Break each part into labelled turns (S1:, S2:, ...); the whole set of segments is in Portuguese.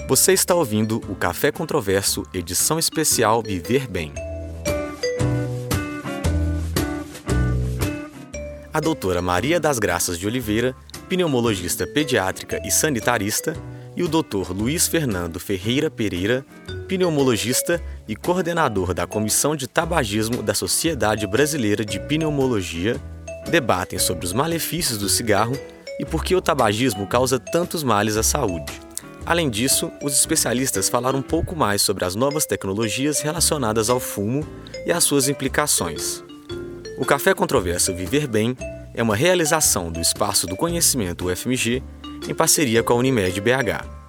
S1: Você está ouvindo o Café Controverso, edição especial Viver Bem. A doutora Maria das Graças de Oliveira, pneumologista pediátrica e sanitarista, e o doutor Luiz Fernando Ferreira Pereira, pneumologista e coordenador da Comissão de Tabagismo da Sociedade Brasileira de Pneumologia, debatem sobre os malefícios do cigarro e por que o tabagismo causa tantos males à saúde. Além disso, os especialistas falaram um pouco mais sobre as novas tecnologias relacionadas ao fumo e as suas implicações. O Café Controverso Viver Bem é uma realização do Espaço do Conhecimento UFMG em parceria com a Unimed BH.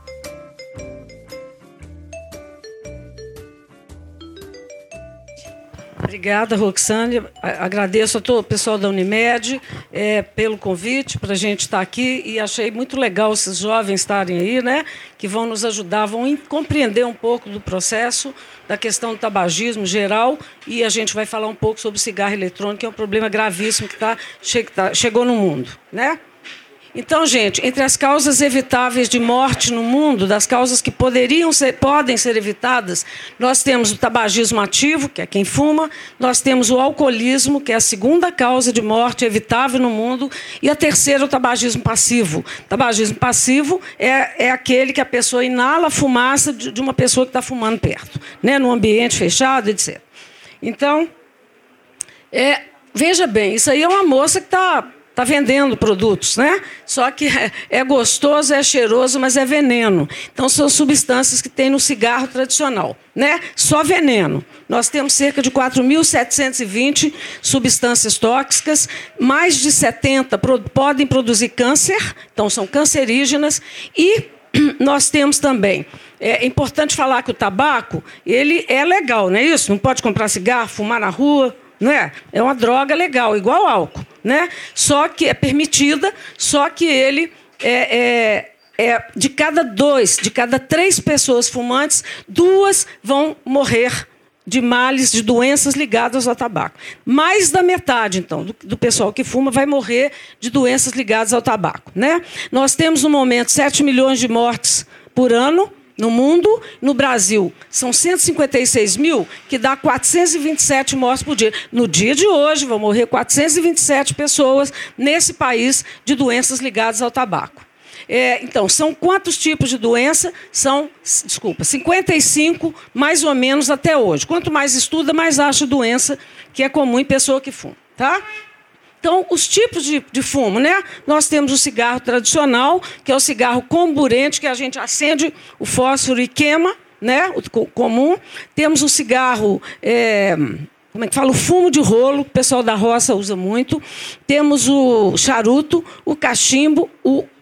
S2: Obrigada, Roxane. Agradeço a todo o pessoal da Unimed pelo convite para a gente estar aqui e achei muito legal esses jovens estarem aí, né, que vão nos ajudar, vão compreender um pouco do processo, da questão do tabagismo geral, e a gente vai falar um pouco sobre o cigarro eletrônico, que é um problema gravíssimo que chegou no mundo, né? Então, gente, entre as causas evitáveis de morte no mundo, das causas que podem ser evitadas, nós temos o tabagismo ativo, que é quem fuma, nós temos o alcoolismo, que é a segunda causa de morte evitável no mundo, e a terceira, o tabagismo passivo. O tabagismo passivo é aquele que a pessoa inala a fumaça de uma pessoa que está fumando perto, né, num ambiente fechado, etc. Então, veja bem, isso aí é uma moça que está vendendo produtos, né? Só que é gostoso, é cheiroso, mas é veneno. Então, são substâncias que tem no cigarro tradicional, né? Só veneno. Nós temos cerca de 4.720 substâncias tóxicas, mais de 70 podem produzir câncer, então são cancerígenas, e nós temos também, é importante falar que o tabaco, ele é legal, não é isso? Não pode comprar cigarro, fumar na rua, não é? É uma droga legal, igual ao álcool, né? Só que é permitida, só que ele de cada 3 pessoas fumantes, 2 vão morrer de males, de doenças ligadas ao tabaco. Mais da metade, então, do pessoal que fuma vai morrer de doenças ligadas ao tabaco, né? Nós temos, no momento, 7 milhões de mortes por ano no mundo. No Brasil, são 156 mil, que dá 427 mortes por dia. No dia de hoje, vão morrer 427 pessoas nesse país de doenças ligadas ao tabaco. Então, são quantos tipos de doença? São, 55, mais ou menos, até hoje. Quanto mais estuda, mais acha doença que é comum em pessoa que fuma, tá? Então, os tipos de fumo, né? Nós temos o cigarro tradicional, que é o cigarro comburente, que a gente acende o fósforo e queima, né? O comum. Temos o cigarro, como é que fala? O fumo de rolo, que o pessoal da roça usa muito. Temos o charuto, o cachimbo,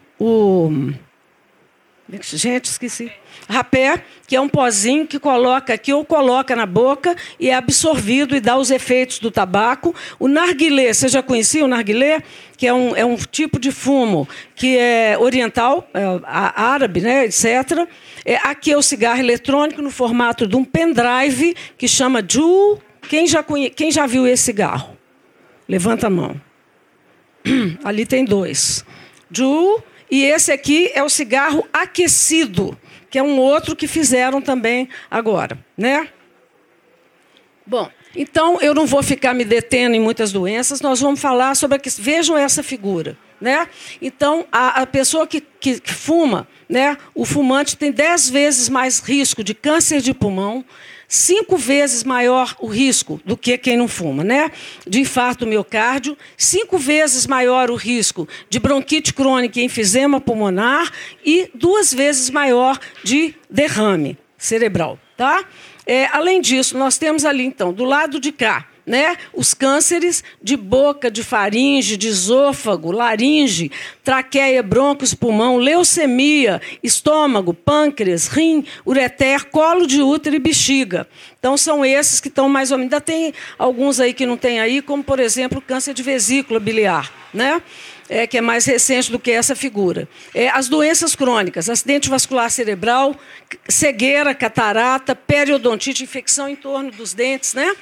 S2: gente, esqueci. Rapé, que é um pozinho que coloca aqui ou coloca na boca e é absorvido e dá os efeitos do tabaco. O narguilé, você já conhecia o narguilé? Que é um tipo de fumo que é oriental, árabe, né, etc. Aqui é o cigarro eletrônico no formato de um pendrive que chama Juul. Quem já viu esse cigarro? Levanta a mão. Ali tem 2. Juul. E esse aqui é o cigarro aquecido, que é um outro que fizeram também agora, né? Bom, então eu não vou ficar me detendo em muitas doenças, nós vamos falar sobre vejam essa figura, né? Então, a pessoa que fuma, né, o fumante tem 10 vezes mais risco de câncer de pulmão, 5 vezes maior o risco do que quem não fuma, né? De infarto do miocárdio, 5 vezes maior o risco de bronquite crônica e enfisema pulmonar e 2 vezes maior de derrame cerebral, tá? Além disso, nós temos ali, então, do lado de cá, né, os cânceres de boca, de faringe, de esôfago, laringe, traqueia, brônquios, pulmão, leucemia, estômago, pâncreas, rim, ureter, colo de útero e bexiga. Então, são esses que estão mais ou menos... Ainda tem alguns aí que não tem aí, como, por exemplo, o câncer de vesícula biliar, né? Que é mais recente do que essa figura. As doenças crônicas, acidente vascular cerebral, cegueira, catarata, periodontite, infecção em torno dos dentes, né?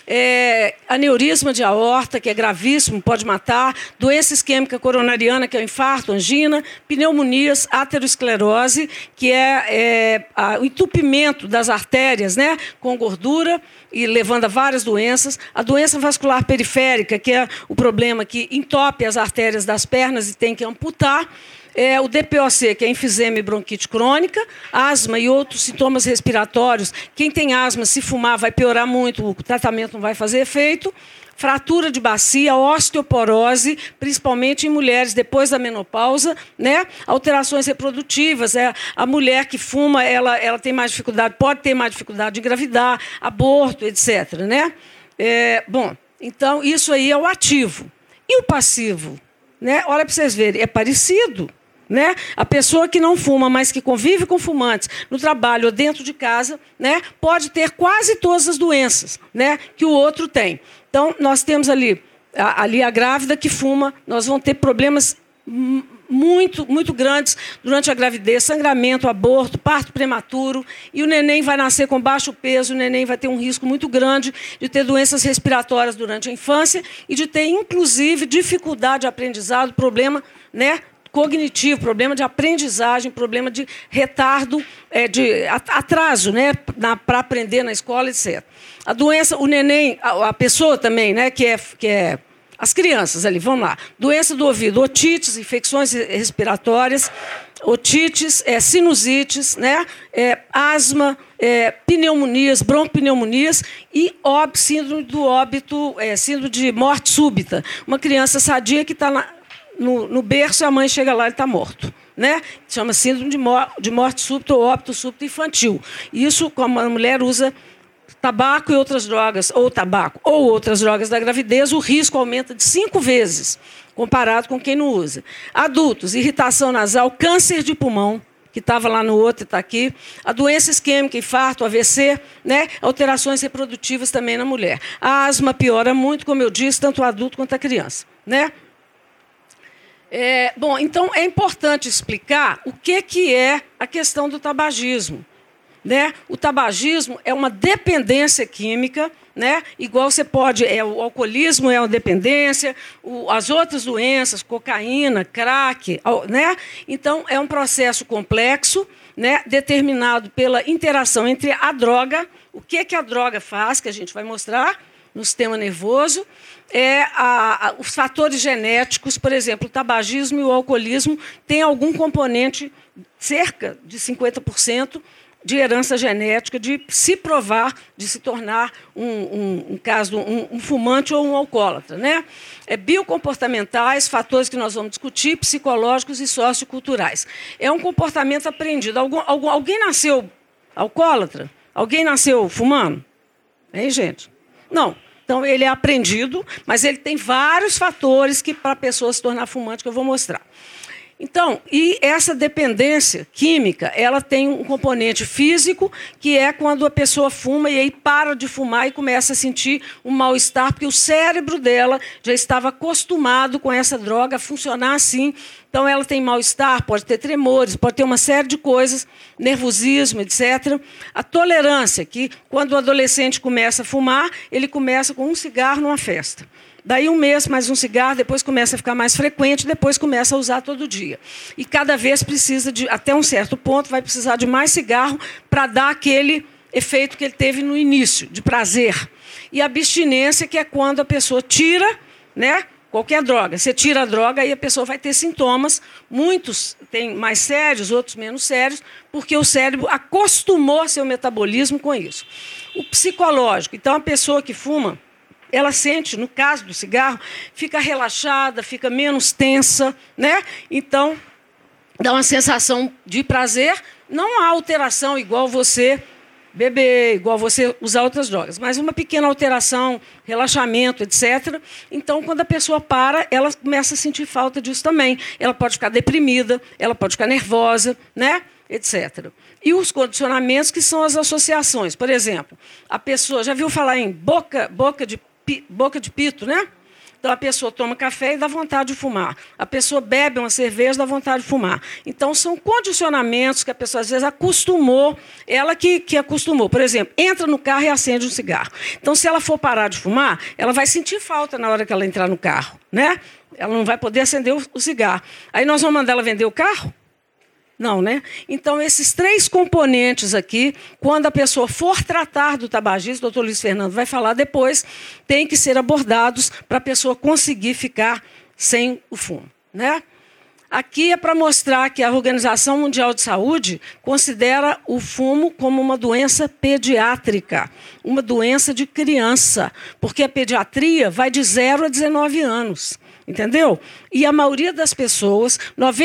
S2: aneurisma de aorta, que é gravíssimo, pode matar, doença isquêmica coronariana, que é o infarto, angina, pneumonias, aterosclerose, que é o entupimento das artérias, né, com gordura, e levando a várias doenças. A doença vascular periférica, que é o problema que entope as artérias das pernas e tem que amputar. O DPOC, que é enfisema e bronquite crônica, asma e outros sintomas respiratórios. Quem tem asma, se fumar, vai piorar muito, o tratamento não vai fazer efeito. Fratura de bacia, osteoporose, principalmente em mulheres depois da menopausa, né? Alterações reprodutivas. A mulher que fuma, ela tem mais dificuldade, pode ter mais dificuldade de engravidar, aborto, etc. Né? Bom, então, isso aí é o ativo. E o passivo? Né? Olha para vocês verem, é parecido. Né? A pessoa que não fuma, mas que convive com fumantes no trabalho ou dentro de casa, né, pode ter quase todas as doenças, né, que o outro tem. Então, nós temos ali a grávida que fuma, nós vamos ter problemas muito grandes durante a gravidez, sangramento, aborto, parto prematuro, e o neném vai nascer com baixo peso, o neném vai ter um risco muito grande de ter doenças respiratórias durante a infância e de ter, inclusive, dificuldade de aprendizado, problema, né, cognitivo, problema de aprendizagem, problema de retardo, de atraso, né, para aprender na escola, etc. A doença, o neném, a pessoa também, né, que é as crianças ali, vamos lá. Doença do ouvido, otites, infecções respiratórias, otites, sinusites, né, asma, pneumonias, broncopneumonias e síndrome do óbito, síndrome de morte súbita. Uma criança sadia que está no berço, a mãe chega lá e está morto. Né? Chama síndrome de morte súbita ou óbito súbito infantil. Isso, como a mulher usa tabaco e outras drogas, ou tabaco ou outras drogas da gravidez, o risco aumenta de 5 vezes, comparado com quem não usa. Adultos, irritação nasal, câncer de pulmão, que estava lá no outro e está aqui, a doença isquêmica, infarto, AVC, né? Alterações reprodutivas também na mulher. A asma piora muito, como eu disse, tanto o adulto quanto a criança. Né? Bom, então é importante explicar o que é a questão do tabagismo. Né? O tabagismo é uma dependência química, né? Igual você pode... o alcoolismo é uma dependência, as outras doenças, cocaína, crack... Né? Então, é um processo complexo, né? Determinado pela interação entre a droga, o que a droga faz, que a gente vai mostrar no sistema nervoso, os fatores genéticos, por exemplo, o tabagismo e o alcoolismo têm algum componente, cerca de 50%, de herança genética, de se provar, de se tornar um fumante ou um alcoólatra. Né? Biocomportamentais, fatores que nós vamos discutir, psicológicos e socioculturais. É um comportamento aprendido. Alguém nasceu alcoólatra? Alguém nasceu fumando? Hein, gente? Não. Então, ele é aprendido, mas ele tem vários fatores que para a pessoa se tornar fumante, que eu vou mostrar. Então, e essa dependência química, ela tem um componente físico, que é quando a pessoa fuma e aí para de fumar e começa a sentir um mal-estar, porque o cérebro dela já estava acostumado com essa droga a funcionar assim. Então, ela tem mal-estar, pode ter tremores, pode ter uma série de coisas, nervosismo, etc. A tolerância, que quando o adolescente começa a fumar, ele começa com um cigarro numa festa. Daí 1 mês, mais um cigarro, depois começa a ficar mais frequente, depois começa a usar todo dia. E cada vez precisa até um certo ponto, vai precisar de mais cigarro para dar aquele efeito que ele teve no início, de prazer. E a abstinência, que é quando a pessoa tira, né, qualquer droga. Você tira a droga, aí a pessoa vai ter sintomas, muitos têm mais sérios, outros menos sérios, porque o cérebro acostumou seu metabolismo com isso. O psicológico, então a pessoa que fuma, ela sente, no caso do cigarro, fica relaxada, fica menos tensa, né? Então, dá uma sensação de prazer. Não há alteração igual você beber, igual você usar outras drogas, mas uma pequena alteração, relaxamento, etc. Então, quando a pessoa para, ela começa a sentir falta disso também. Ela pode ficar deprimida, ela pode ficar nervosa, né? Etc. E os condicionamentos, que são as associações. Por exemplo, a pessoa já viu falar em boca de pito, né? Então, a pessoa toma café e dá vontade de fumar. A pessoa bebe uma cerveja e dá vontade de fumar. Então, são condicionamentos que a pessoa, às vezes, acostumou, ela que acostumou. Por exemplo, entra no carro e acende um cigarro. Então, se ela for parar de fumar, ela vai sentir falta na hora que ela entrar no carro, né? Ela não vai poder acender o cigarro. Aí nós vamos mandar ela vender o carro? Não, né? Então, esses 3 componentes aqui, quando a pessoa for tratar do tabagismo, o doutor Luiz Fernando vai falar depois, tem que ser abordados para a pessoa conseguir ficar sem o fumo, né? Aqui é para mostrar que a Organização Mundial de Saúde considera o fumo como uma doença pediátrica, uma doença de criança, porque a pediatria vai de 0 a 19 anos. Entendeu? E a maioria das pessoas,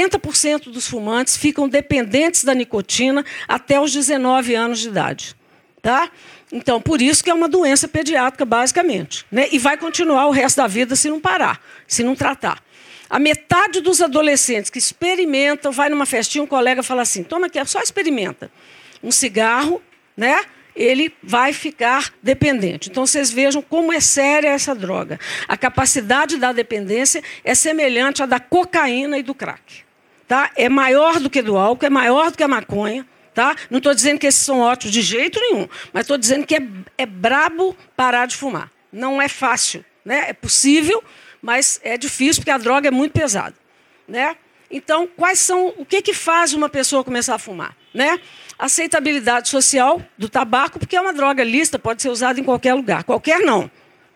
S2: 90% dos fumantes, ficam dependentes da nicotina até os 19 anos de idade. Tá? Então, por isso que é uma doença pediátrica, basicamente. Né? E vai continuar o resto da vida se não parar, se não tratar. A metade dos adolescentes que experimentam, vai numa festinha, um colega fala assim, toma aqui, só experimenta. Um cigarro, né? Ele vai ficar dependente. Então, vocês vejam como é séria essa droga. A capacidade da dependência é semelhante à da cocaína e do crack. Tá? É maior do que do álcool, é maior do que a maconha. Tá? Não estou dizendo que esses são ótimos de jeito nenhum, mas estou dizendo que é brabo parar de fumar. Não é fácil. Né? É possível, mas é difícil, porque a droga é muito pesada. Né? Então, o que faz uma pessoa começar a fumar? Né? Aceitabilidade social do tabaco, porque é uma droga lícita, pode ser usada em qualquer lugar. Qualquer não.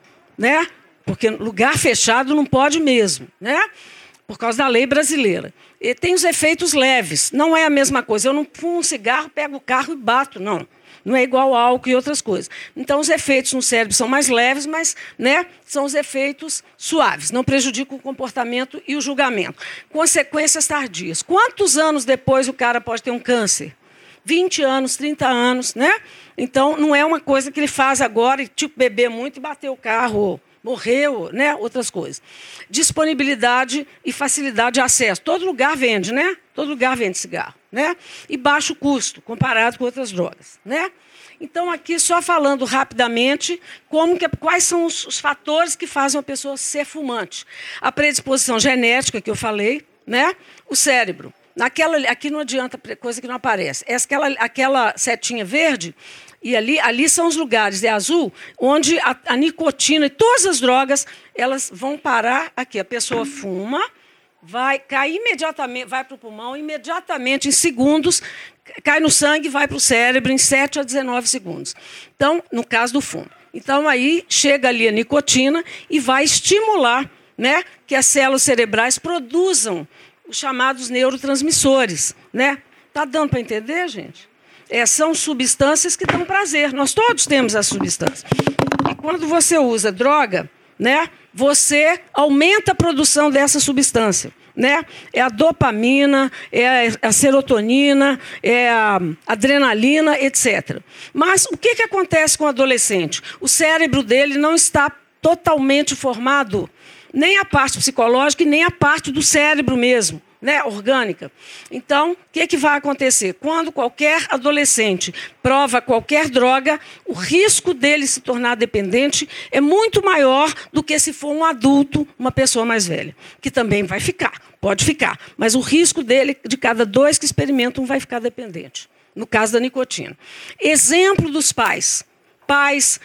S2: Né? Porque lugar fechado não pode mesmo. Né? Por causa da lei brasileira. E tem os efeitos leves. Não é a mesma coisa. Eu não fumo um cigarro, pego o carro e bato, não. Não é igual ao álcool e outras coisas. Então, os efeitos no cérebro são mais leves, mas né, são os efeitos suaves. Não prejudicam o comportamento e o julgamento. Consequências tardias. Quantos anos depois o cara pode ter um câncer? 20 anos, 30 anos, né? Então, não é uma coisa que ele faz agora, tipo, beber muito e bater o carro, morreu, né? Outras coisas. Disponibilidade e facilidade de acesso. Todo lugar vende, né? Todo lugar vende cigarro, né? E baixo custo, comparado com outras drogas, né? Então, aqui, só falando rapidamente, quais são os fatores que fazem uma pessoa ser fumante. A predisposição genética, que eu falei, né? O cérebro. Aqui não adianta coisa que não aparece. Aquela setinha verde, e ali são os lugares, é azul, onde a nicotina e todas as drogas, elas vão parar aqui. A pessoa fuma, vai cair imediatamente, vai para o pulmão, imediatamente, em segundos, cai no sangue, vai para o cérebro em 7 a 19 segundos. Então, no caso do fumo. Então, aí chega ali a nicotina e vai estimular, né, que as células cerebrais produzam os chamados neurotransmissores. Né? Tá dando para entender, gente? São substâncias que dão prazer. Nós todos temos as substâncias. E quando você usa droga, né, você aumenta a produção dessa substância. Né? É a dopamina, é a serotonina, é a adrenalina, etc. Mas o que acontece com o adolescente? O cérebro dele não está totalmente formado, nem a parte psicológica e nem a parte do cérebro mesmo, né, orgânica. Então, o que vai acontecer? Quando qualquer adolescente prova qualquer droga, o risco dele se tornar dependente é muito maior do que se for um adulto, uma pessoa mais velha, que também vai ficar, pode ficar, mas o risco dele, de cada 2 que experimentam, vai ficar dependente, no caso da nicotina. Exemplo dos pais. Pais,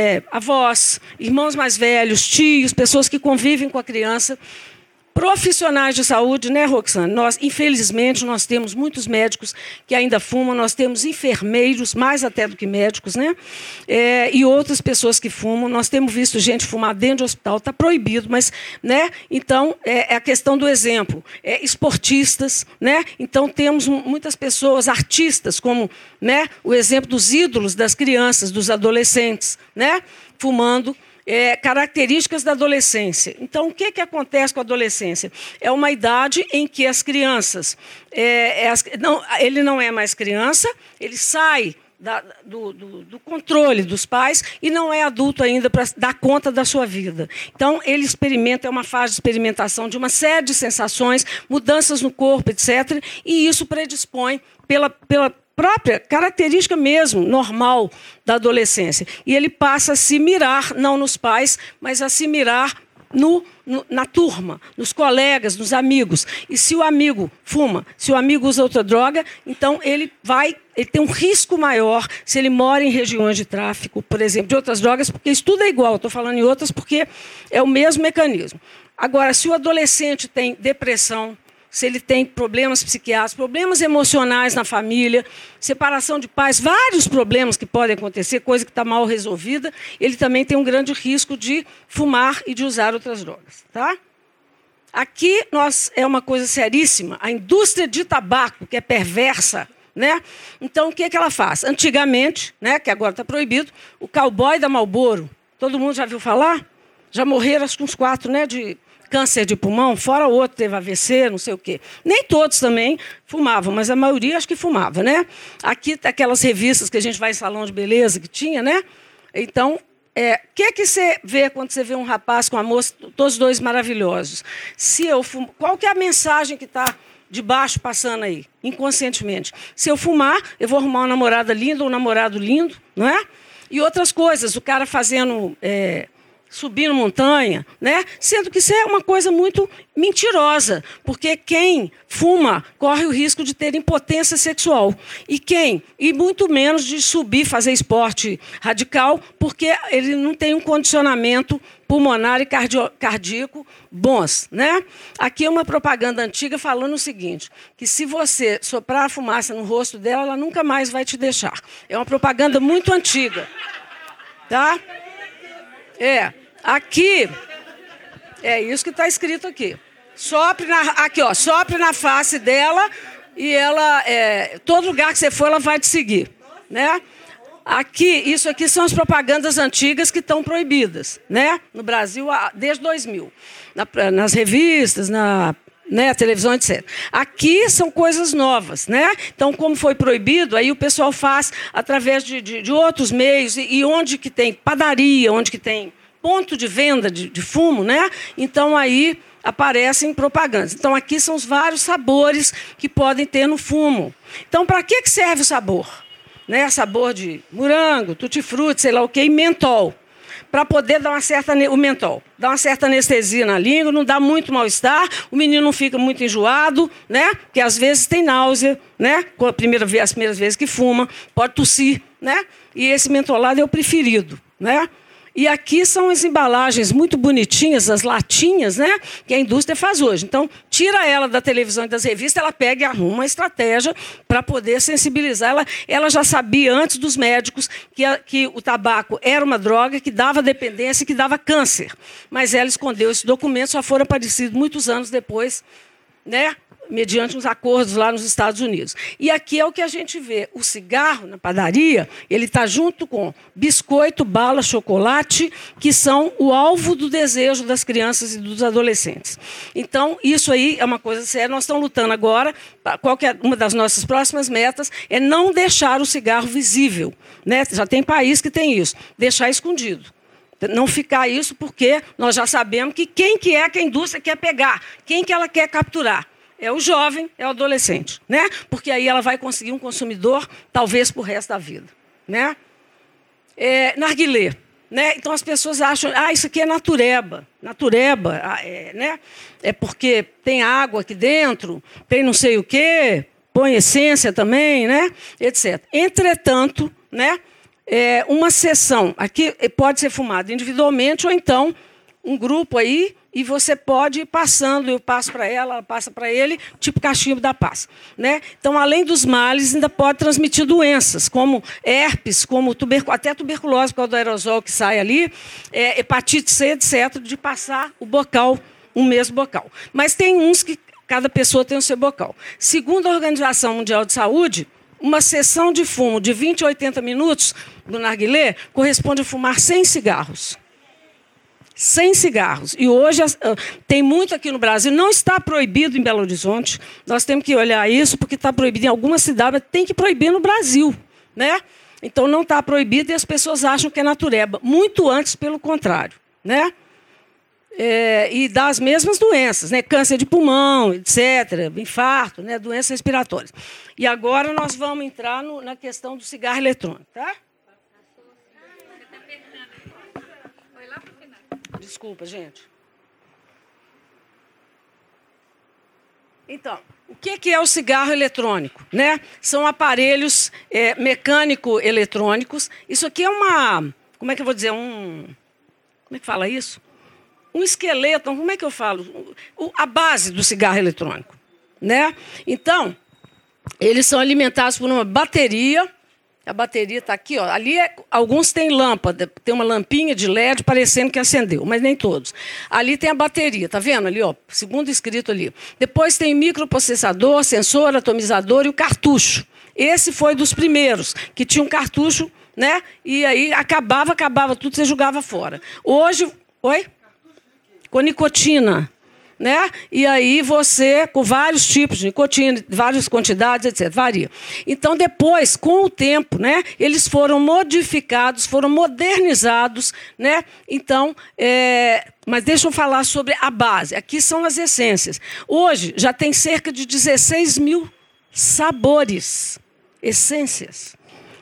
S2: avós, irmãos mais velhos, tios, pessoas que convivem com a criança, profissionais de saúde, né, Roxane? Infelizmente, nós temos muitos médicos que ainda fumam, nós temos enfermeiros, mais até do que médicos, né? E outras pessoas que fumam. Nós temos visto gente fumar dentro de hospital, está proibido, mas, né? Então, é a questão do exemplo. Esportistas, né? Então, temos muitas pessoas, artistas, como, né, o exemplo dos ídolos das crianças, dos adolescentes, né, fumando. Características da adolescência. Então, o que acontece com a adolescência? É uma idade em que as crianças... ele não é mais criança, ele sai do controle dos pais e não é adulto ainda para dar conta da sua vida. Então, ele experimenta, é uma fase de experimentação de uma série de sensações, mudanças no corpo, etc. E isso predispõe pela própria característica mesmo, normal, da adolescência. E ele passa a se mirar, não nos pais, mas a se mirar na turma, nos colegas, nos amigos. E se o amigo fuma, se o amigo usa outra droga, então ele tem um risco maior se ele mora em regiões de tráfico, por exemplo, de outras drogas, porque isso tudo é igual. Estou falando em outras porque é o mesmo mecanismo. Agora, se o adolescente tem depressão, se ele tem problemas psiquiátricos, problemas emocionais na família, separação de pais, vários problemas que podem acontecer, coisa que está mal resolvida, ele também tem um grande risco de fumar e de usar outras drogas. Tá? Aqui é uma coisa seríssima, a indústria de tabaco, que é perversa. Né? Então, o que ela faz? Antigamente, né, que agora está proibido, o cowboy da Marlboro, todo mundo já viu falar? Já morreram, acho que uns 4, né, de câncer de pulmão, fora o outro teve AVC, não sei o quê. Nem todos também fumavam, mas a maioria acho que fumava. Né? Aqui, aquelas revistas que a gente vai em salão de beleza que tinha, né? Então, o que você vê quando você vê um rapaz com uma moça, todos dois maravilhosos? Se eu fumo, qual que é a mensagem que está de baixo passando aí, inconscientemente? Se eu fumar, eu vou arrumar uma namorada linda ou um namorado lindo, não é? E outras coisas, o cara fazendo... subindo montanha, né? Sendo que isso é uma coisa muito mentirosa, porque quem fuma corre o risco de ter impotência sexual. E muito menos de subir, fazer esporte radical, porque ele não tem um condicionamento pulmonar e cardíaco bons. Né? Aqui é uma propaganda antiga falando o seguinte, que se você soprar a fumaça no rosto dela, ela nunca mais vai te deixar. É uma propaganda muito antiga. Tá? Aqui, é isso que está escrito aqui. Sopre na face dela e ela, todo lugar que você for, ela vai te seguir. Né? Isso aqui são as propagandas antigas que estão proibidas, né? No Brasil, desde 2000. Nas revistas, na televisão, etc. Aqui são coisas novas. Né? Então, como foi proibido, aí o pessoal faz através de outros meios, e onde que tem padaria, onde que tem ponto de venda de fumo, né? Então aí aparecem propagandas. Então aqui são os vários sabores que podem ter no fumo. Então para que serve o sabor? Né? Sabor de morango, tutti-frutti, sei lá o quê, e mentol. Para poder dar o mentol, dá uma certa anestesia na língua, não dá muito mal-estar, o menino não fica muito enjoado, né? Porque às vezes tem náusea, né? As primeiras vezes que fuma, pode tossir, né? E esse mentolado é o preferido, né? E aqui são as embalagens muito bonitinhas, as latinhas, né, que a indústria faz hoje. Então, tira ela da televisão e das revistas, ela pega e arruma uma estratégia para poder sensibilizar. Ela já sabia antes dos médicos que o tabaco era uma droga que dava dependência e que dava câncer. Mas ela escondeu esse documento, só foram aparecidos muitos anos depois, né, mediante uns acordos lá nos Estados Unidos. E aqui é o que a gente vê. O cigarro, na padaria, ele está junto com biscoito, bala, chocolate, que são o alvo do desejo das crianças e dos adolescentes. Então, isso aí é uma coisa séria. Nós estamos lutando agora, uma das nossas próximas metas é não deixar o cigarro visível. Né? Já tem país que tem isso, deixar escondido. Não ficar isso porque nós já sabemos que quem que é que a indústria quer pegar, quem que ela quer capturar. É o jovem, é o adolescente, né? Porque aí ela vai conseguir um consumidor, talvez, para o resto da vida. Né? Narguilé. Né? Então, as pessoas acham, isso aqui é natureba. Natureba, né? É porque tem água aqui dentro, tem não sei o quê, põe essência também, né? Etc. Entretanto, né? Uma sessão, aqui pode ser fumada individualmente ou então um grupo aí, e você pode ir passando, eu passo para ela passa para ele, tipo cachimbo da paz. Né? Então, além dos males, ainda pode transmitir doenças, como herpes, como até tuberculose, por causa do aerosol que sai ali, hepatite C, etc., de passar o mesmo bocal. Mas tem uns que cada pessoa tem o seu bocal. Segundo a Organização Mundial de Saúde, uma sessão de fumo de 20 a 80 minutos do narguilé corresponde a fumar 100 cigarros. 100 cigarros. E hoje tem muito aqui no Brasil, não está proibido em Belo Horizonte, nós temos que olhar isso, porque está proibido em algumas cidades, mas tem que proibir no Brasil. Né? Então, não está proibido e as pessoas acham que é natureba. Muito antes, pelo contrário. Né? E das mesmas doenças, né? Câncer de pulmão, etc., infarto, né? Doenças respiratórias. E agora nós vamos entrar na questão do cigarro eletrônico. Tá? Desculpa, gente. Então, o que é o cigarro eletrônico? Né? São aparelhos mecânico-eletrônicos. Isso aqui é uma... Como é que eu vou dizer? Como é que fala isso? Um esqueleto, como é que eu falo? A base do cigarro eletrônico. Né? Então, eles são alimentados por uma bateria. A bateria está aqui, ó. Ali alguns têm lâmpada, tem uma lampinha de LED parecendo que acendeu, mas nem todos. Ali tem a bateria, tá vendo ali, ó, segundo escrito ali. Depois tem microprocessador, sensor, atomizador e o cartucho. Esse foi dos primeiros, que tinha um cartucho, né? E aí acabava tudo, você jogava fora. Hoje, com nicotina. Né? E aí você, com vários tipos de nicotina, várias quantidades, etc., varia. Então, depois, com o tempo, né, eles foram modificados, foram modernizados, né? Então, mas deixa eu falar sobre a base. Aqui são as essências. Hoje, já tem cerca de 16 mil sabores, essências.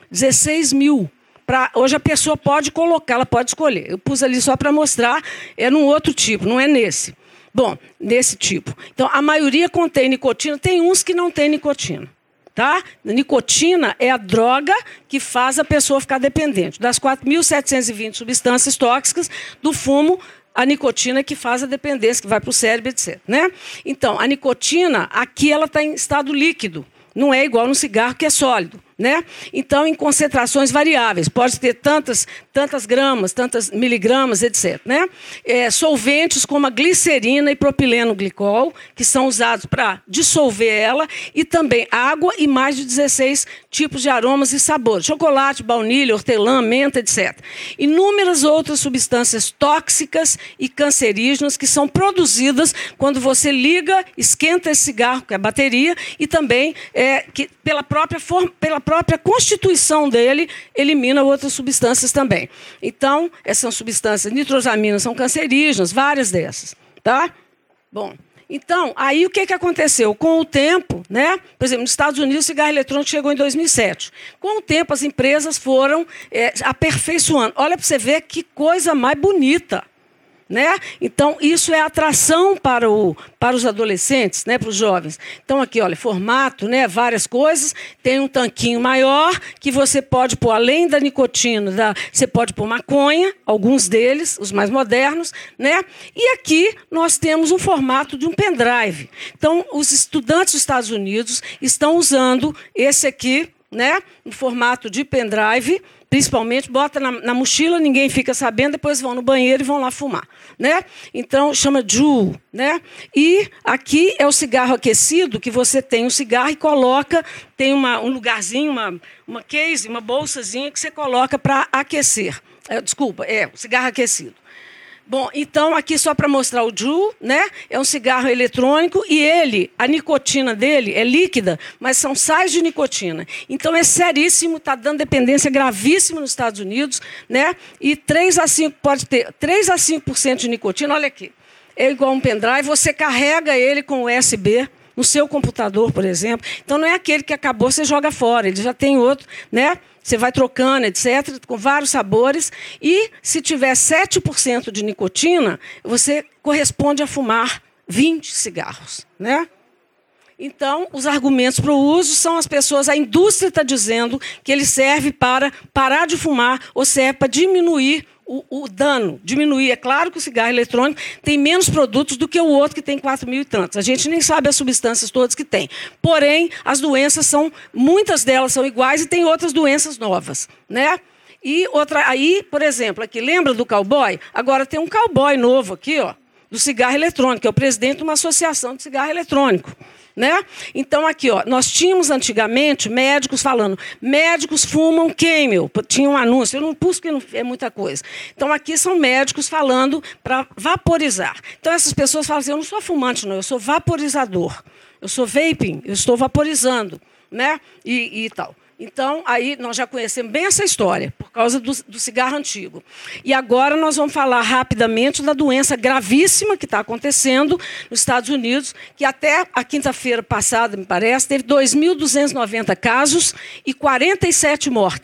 S2: 16 mil. Hoje a pessoa pode colocar, ela pode escolher. Eu pus ali só para mostrar, é num outro tipo, não é nesse. Bom, desse tipo. Então, a maioria contém nicotina, tem uns que não têm nicotina. Tá? Nicotina é a droga que faz a pessoa ficar dependente. Das 4.720 substâncias tóxicas do fumo, a nicotina é que faz a dependência, que vai para o cérebro, etc. Né? Então, a nicotina, aqui ela está em estado líquido. Não é igual no cigarro, que é sólido. Né? Então, em concentrações variáveis, pode ter tantas gramas, tantas miligramas, etc. Né? Solventes como a glicerina e propileno glicol, que são usados para dissolver ela, e também água e mais de 16 tipos de aromas e sabores, chocolate, baunilha, hortelã, menta, etc. Inúmeras outras substâncias tóxicas e cancerígenas que são produzidas quando você liga, esquenta esse cigarro, que é a bateria, e também que pela própria constituição dele, elimina outras substâncias também. Então, essas substâncias nitrosaminas são cancerígenas, várias dessas. Tá? Bom, então, aí o que aconteceu? Com o tempo, né? Por exemplo, nos Estados Unidos, o cigarro eletrônico chegou em 2007. Com o tempo, as empresas foram aperfeiçoando. Olha para você ver que coisa mais bonita. Né? Então, isso é atração para os adolescentes, né? Para os jovens. Então, aqui, olha, formato, né? Várias coisas. Tem um tanquinho maior que você pode pôr, além da nicotina, você pode pôr maconha, alguns deles, os mais modernos. Né? E aqui nós temos um formato de um pendrive. Então, os estudantes dos Estados Unidos estão usando esse aqui, né? No formato de pendrive, principalmente, bota na mochila, ninguém fica sabendo, depois vão no banheiro e vão lá fumar. Né? Então, chama Juul. Né? E aqui é o cigarro aquecido, que você tem um cigarro e coloca, tem um lugarzinho, uma case, uma bolsazinha que você coloca para aquecer. O cigarro aquecido. Bom, então, aqui só para mostrar o Juul, né? É um cigarro eletrônico e a nicotina dele é líquida, mas são sais de nicotina. Então, é seríssimo, está dando dependência gravíssima nos Estados Unidos, né? E 3 a 5% de nicotina, olha aqui, é igual um pendrive, você carrega ele com USB no seu computador, por exemplo. Então, não é aquele que acabou, você joga fora, ele já tem outro, né? Você vai trocando, etc., com vários sabores. E, se tiver 7% de nicotina, você corresponde a fumar 20 cigarros. Né? Então, os argumentos para o uso são a indústria está dizendo que ele serve para parar de fumar ou serve para diminuir o dano, diminuir. É claro que o cigarro eletrônico tem menos produtos do que o outro, que tem 4.000 e tantos. A gente nem sabe as substâncias todas que tem. Porém, as doenças muitas delas são iguais e tem outras doenças novas. Né? E aí, por exemplo, aqui, lembra do cowboy? Agora tem um cowboy novo aqui, ó, do cigarro eletrônico, que é o presidente de uma associação de cigarro eletrônico. Né? Então, aqui, ó, nós tínhamos antigamente médicos falando, médicos fumam Camel, tinha um anúncio, eu não pus porque não é muita coisa. Então, aqui são médicos falando para vaporizar. Então, essas pessoas falam assim, eu não sou fumante, não, eu sou vaporizador, eu sou vaping, eu estou vaporizando, né? E tal. Então, aí nós já conhecemos bem essa história, por causa do cigarro antigo. E agora nós vamos falar rapidamente da doença gravíssima que está acontecendo nos Estados Unidos, que até a quinta-feira passada, me parece, teve 2.290 casos e 47 mortes.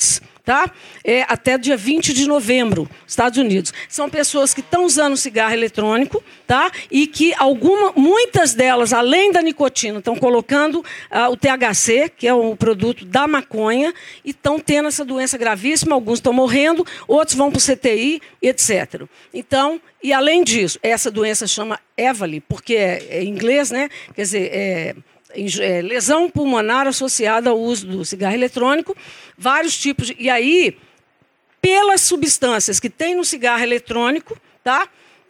S2: tá? Até dia 20 de novembro, Estados Unidos. São pessoas que estão usando cigarro eletrônico, tá? E que muitas delas, além da nicotina, estão colocando o THC, que é um produto da maconha, e estão tendo essa doença gravíssima. Alguns estão morrendo, outros vão para o CTI, etc. Então, e além disso, essa doença chama EVALI, porque é em inglês, né? Quer dizer, lesão pulmonar associada ao uso do cigarro eletrônico, vários tipos e aí, pelas substâncias que tem no cigarro eletrônico, tá?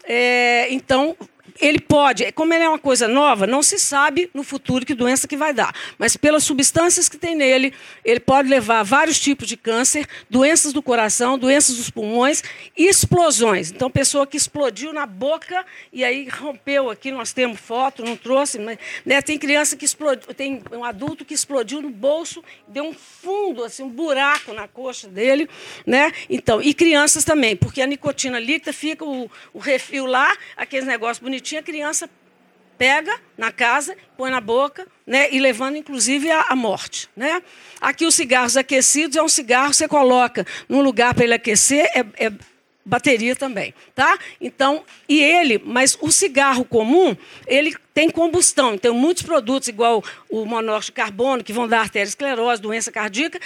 S2: Então, ele pode, como ele é uma coisa nova, não se sabe no futuro que doença que vai dar, mas pelas substâncias que tem nele, ele pode levar a vários tipos de câncer, doenças do coração, doenças dos pulmões e explosões. Então, pessoa que explodiu na boca e aí rompeu aqui, nós temos foto, não trouxe, mas né, tem criança que explodiu, tem um adulto que explodiu no bolso, deu um fundo, assim, um buraco na coxa dele, né? Então, e crianças também, porque a nicotina líquida fica o refil lá, aqueles negócios bonitinhos, a criança pega na casa, põe na boca, né, e levando, inclusive, à morte. Né? Aqui, os cigarros aquecidos, é um cigarro que você coloca num lugar para ele aquecer, bateria também. Tá? Então, mas o cigarro comum, ele tem combustão. Então, muitos produtos, igual o monóxido de carbono, que vão dar arteriosclerose, doença cardíaca,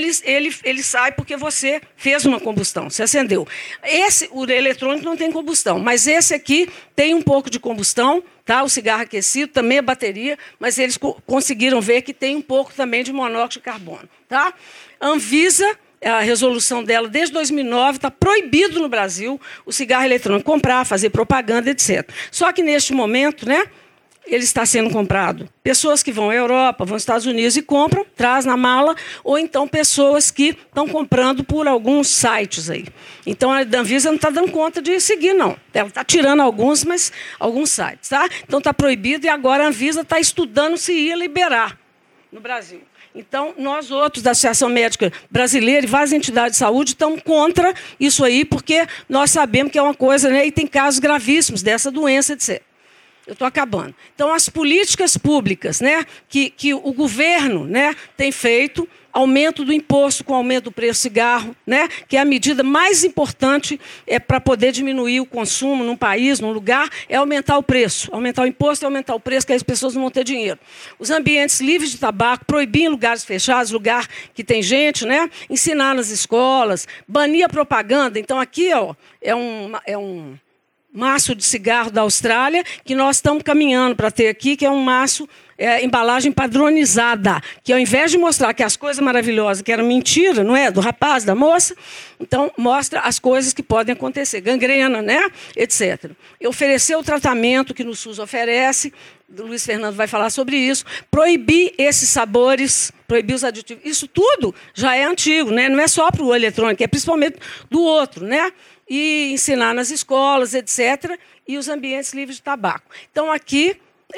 S2: ele sai porque você fez uma combustão, você acendeu. O eletrônico não tem combustão, mas esse aqui tem um pouco de combustão, tá? O cigarro aquecido também é bateria, mas eles conseguiram ver que tem um pouco também de monóxido de carbono. Tá? Anvisa, a resolução dela desde 2009, está proibido no Brasil o cigarro eletrônico comprar, fazer propaganda, etc. Só que, neste momento, né, ele está sendo comprado. Pessoas que vão à Europa, vão aos Estados Unidos e compram, traz na mala, ou então pessoas que estão comprando por alguns sites aí. Então, a Anvisa não está dando conta de seguir, não. Ela está tirando alguns sites. Tá? Então, está proibido e agora a Anvisa está estudando se ia liberar no Brasil. Então, nós outros da Associação Médica Brasileira e várias entidades de saúde estamos contra isso aí, porque nós sabemos que é uma coisa, né, e tem casos gravíssimos dessa doença, etc. Eu estou acabando. Então, as políticas públicas, né, que o governo, né, tem feito, aumento do imposto com aumento do preço do cigarro, né, que é a medida mais importante para poder diminuir o consumo num país, num lugar, é aumentar o preço. Aumentar o imposto e aumentar o preço, que as pessoas não vão ter dinheiro. Os ambientes livres de tabaco, proibir em lugares fechados, lugar que tem gente, né, ensinar nas escolas, banir a propaganda. Então, aqui é um maço de cigarro da Austrália, que nós estamos caminhando para ter aqui, que é um maço, embalagem padronizada, que ao invés de mostrar que as coisas maravilhosas, que eram mentira, não é? Do rapaz, da moça, então mostra as coisas que podem acontecer, gangrena, né? Etc. Oferecer o tratamento que no SUS oferece, o Luiz Fernando vai falar sobre isso, proibir esses sabores, proibir os aditivos, isso tudo já é antigo, né? Não é só para o eletrônico, é principalmente do outro, né? E ensinar nas escolas, etc., e os ambientes livres de tabaco. Então, aqui,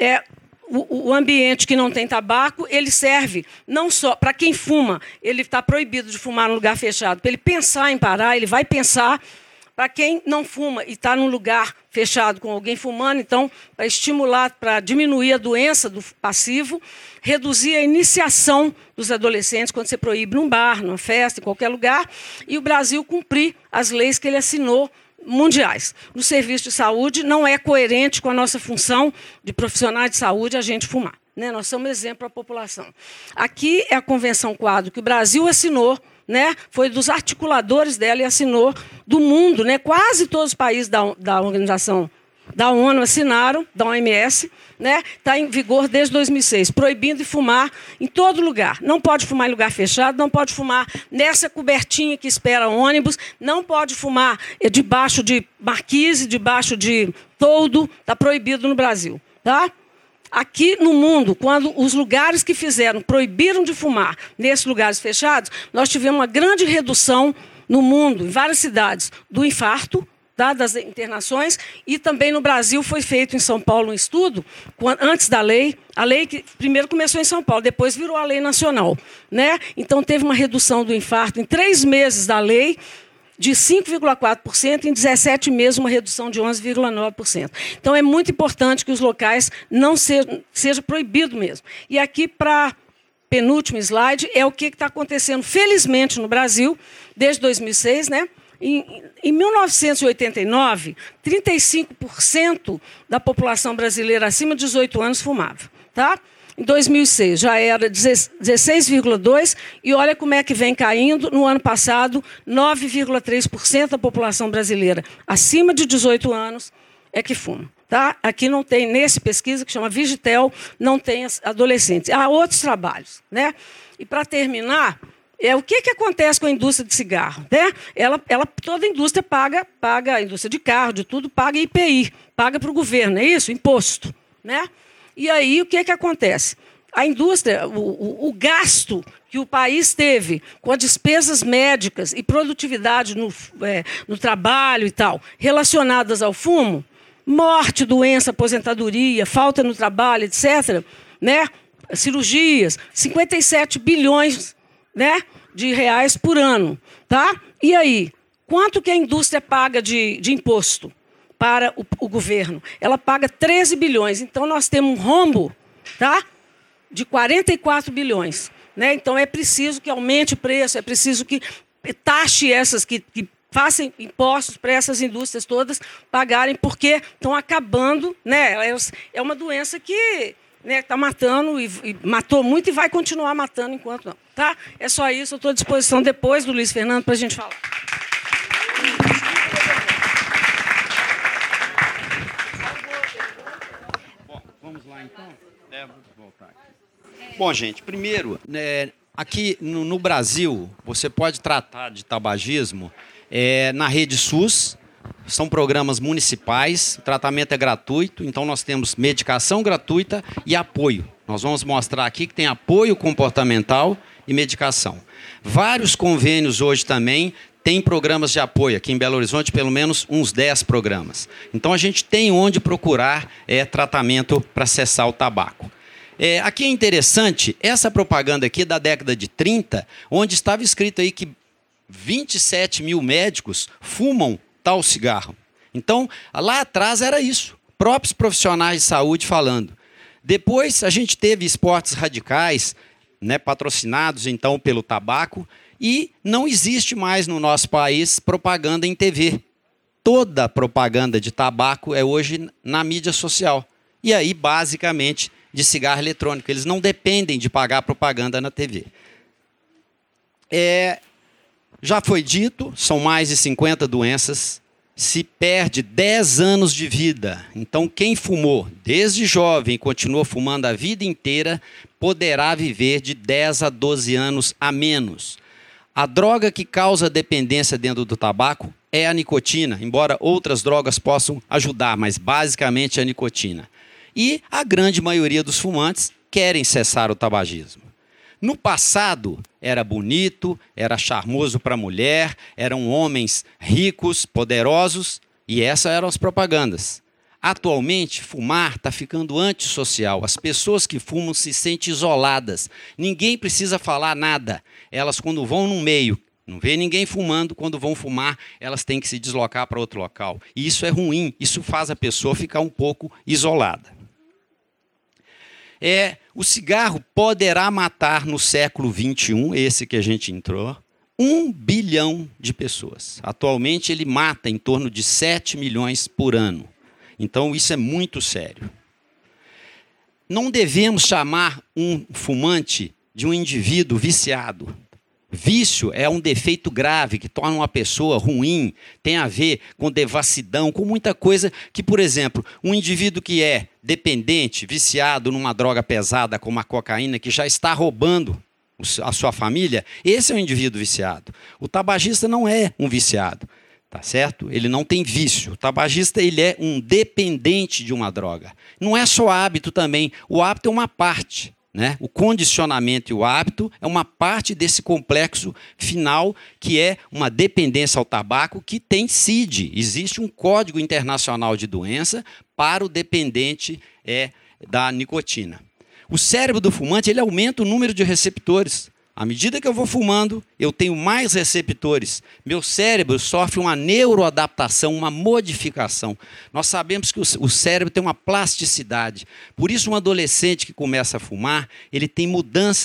S2: o ambiente que não tem tabaco, ele serve não só para quem fuma, ele está proibido de fumar num lugar fechado, para ele pensar em parar, ele vai pensar. Para quem não fuma e está num lugar fechado com alguém fumando, então, para estimular, para diminuir a doença do passivo, reduzir a iniciação dos adolescentes quando você proíbe num bar, numa festa, em qualquer lugar, e o Brasil cumprir as leis que ele assinou mundiais. No serviço de saúde, não é coerente com a nossa função de profissionais de saúde a gente fumar. Né? Nós somos exemplo para a população. Aqui é a Convenção Quadro que o Brasil assinou, né? Foi dos articuladores dela e assinou do mundo. Né? Quase todos os países da organização da ONU assinaram, da OMS, né? Está em vigor desde 2006, proibindo de fumar em todo lugar. Não pode fumar em lugar fechado, não pode fumar nessa cobertinha que espera ônibus, não pode fumar debaixo de marquise, debaixo de toldo, está proibido no Brasil. Tá? Aqui no mundo, quando os lugares que proibiram de fumar nesses lugares fechados, nós tivemos uma grande redução no mundo, em várias cidades, do infarto, tá, das internações, e também no Brasil foi feito em São Paulo um estudo, antes da lei, a lei que primeiro começou em São Paulo, depois virou a lei nacional. Né? Então, teve uma redução do infarto em 3 meses da lei, de 5,4%, em 17 meses uma redução de 11,9%. Então, é muito importante que os locais não seja proibido mesmo. E aqui, para penúltimo slide, é o que está acontecendo, felizmente, no Brasil, desde 2006, né? Em 1989, 35% da população brasileira acima de 18 anos fumava. Tá? Em 2006 já era 16,2%, e olha como é que vem caindo. No ano passado, 9,3% da população brasileira acima de 18 anos é que fuma. Tá? Aqui não tem, nesse pesquisa, que chama Vigitel, não tem adolescentes. Há outros trabalhos. Né? E, para terminar, o que acontece com a indústria de cigarro? Né? Toda a indústria paga, a indústria de carro, de tudo, paga IPI, paga para o governo, é isso? Imposto. Né? E aí, o que acontece? A indústria, o gasto que o país teve com as despesas médicas e produtividade no trabalho e tal, relacionadas ao fumo, morte, doença, aposentadoria, falta no trabalho, etc., né? Cirurgias, 57 bilhões, né, de reais por ano. Tá? E aí, quanto que a indústria paga de imposto para o governo? Ela paga 13 bilhões. Então, nós temos um rombo, tá, de 44 bilhões. Né? Então, é preciso que aumente o preço, é preciso que taxe essas, que façam impostos para essas indústrias todas pagarem, porque estão acabando. Né? É uma doença que está matando, e matou muito e vai continuar matando enquanto não. Tá? É só isso, eu estou à disposição depois do Luiz Fernando para a gente falar.
S3: Vamos lá, então? Vou voltar aqui. Bom, gente, primeiro, aqui no Brasil, você pode tratar de tabagismo na rede SUS. São programas municipais, o tratamento é gratuito, então nós temos medicação gratuita e apoio. Nós vamos mostrar aqui que tem apoio comportamental e medicação. Vários convênios hoje também têm programas de apoio. Aqui em Belo Horizonte, pelo menos uns 10 programas. Então, a gente tem onde procurar tratamento para cessar o tabaco. Aqui é interessante, essa propaganda aqui da década de 30, onde estava escrito aí que 27 mil médicos fumam tal cigarro. Então, lá atrás era isso. Próprios profissionais de saúde falando. Depois, a gente teve esportes radicais, né, patrocinados, então, pelo tabaco, e não existe mais no nosso país propaganda em TV. Toda propaganda de tabaco é hoje na mídia social. E aí, basicamente, de cigarro eletrônico. Eles não dependem de pagar propaganda na TV. Já foi dito, são mais de 50 doenças, se perde 10 anos de vida. Então, quem fumou desde jovem e continua fumando a vida inteira, poderá viver de 10 a 12 anos a menos. A droga que causa dependência dentro do tabaco é a nicotina, embora outras drogas possam ajudar, mas basicamente é a nicotina. E a grande maioria dos fumantes querem cessar o tabagismo. No passado, era bonito, era charmoso para a mulher, eram homens ricos, poderosos, e essas eram as propagandas. Atualmente, fumar está ficando antissocial. As pessoas que fumam se sentem isoladas. Ninguém precisa falar nada. Elas, quando vão no meio, não vê ninguém fumando, quando vão fumar, elas têm que se deslocar para outro local. E isso é ruim, isso faz a pessoa ficar um pouco isolada. O cigarro poderá matar no século XXI, esse que a gente entrou, 1 bilhão de pessoas. Atualmente ele mata em torno de 7 milhões por ano. Então isso é muito sério. Não devemos chamar um fumante de um indivíduo viciado. Vício é um defeito grave que torna uma pessoa ruim, tem a ver com devassidão, com muita coisa que, por exemplo, um indivíduo que é dependente, viciado numa droga pesada como a cocaína, que já está roubando a sua família, esse é um indivíduo viciado. O tabagista não é um viciado, tá certo? Ele não tem vício. O tabagista ele é um dependente de uma droga. Não é só hábito também, o hábito é uma parte. Né? O condicionamento e o hábito é uma parte desse complexo final que é uma dependência ao tabaco que tem CID. Existe um Código Internacional de Doença para o dependente da nicotina. O cérebro do fumante ele aumenta o número de receptores. À medida que eu vou fumando, eu tenho mais receptores. Meu cérebro sofre uma neuroadaptação, uma modificação. Nós sabemos que o cérebro tem uma plasticidade. Por isso, um adolescente que começa a fumar, ele tem mudanças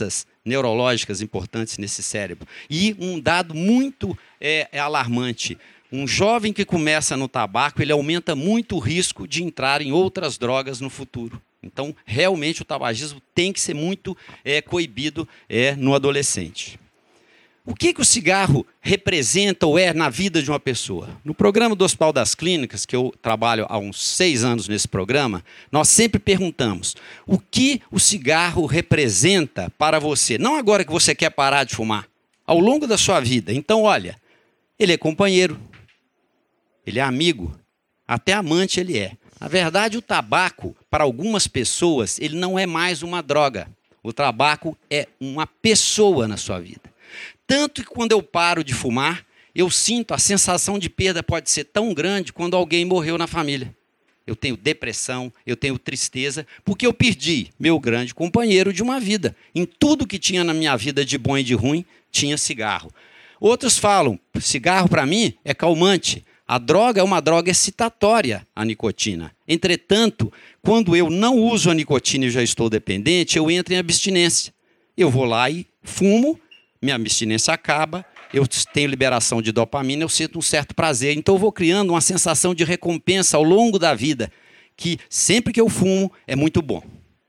S3: neurológicas importantes nesse cérebro. E um dado muito alarmante. Um jovem que começa no tabaco, ele aumenta muito o risco de entrar em outras drogas no futuro. Então, realmente, o tabagismo tem que ser muito coibido no adolescente. O que o cigarro representa ou é na vida de uma pessoa? No programa do Hospital das Clínicas, que eu trabalho há uns 6 anos nesse programa, nós sempre perguntamos o que o cigarro representa para você. Não agora que você quer parar de fumar, ao longo da sua vida. Então, olha, ele é companheiro, ele é amigo, até amante ele é. Na verdade, o tabaco, para algumas pessoas, ele não é mais uma droga. O tabaco é uma pessoa na sua vida. Tanto que quando eu paro de fumar, eu sinto a sensação de perda pode ser tão grande quando alguém morreu na família. Eu tenho depressão, eu tenho tristeza, porque eu perdi meu grande companheiro de uma vida. Em tudo que tinha na minha vida de bom e de ruim, tinha cigarro. Outros falam, cigarro para mim é calmante. A droga é uma droga excitatória, a nicotina. Entretanto, quando eu não uso a nicotina e já estou dependente, eu entro em abstinência. Eu vou lá e fumo, minha abstinência acaba, eu tenho liberação de dopamina, eu sinto um certo prazer. Então eu vou criando uma sensação de recompensa ao longo da vida, que sempre que eu fumo é muito bom.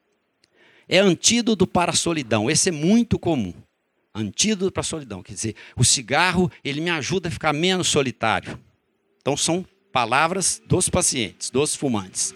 S3: É antídoto para a solidão, esse é muito comum. Antídoto para a solidão, quer dizer, o cigarro ele me ajuda a ficar menos solitário. Então são palavras dos pacientes, dos fumantes.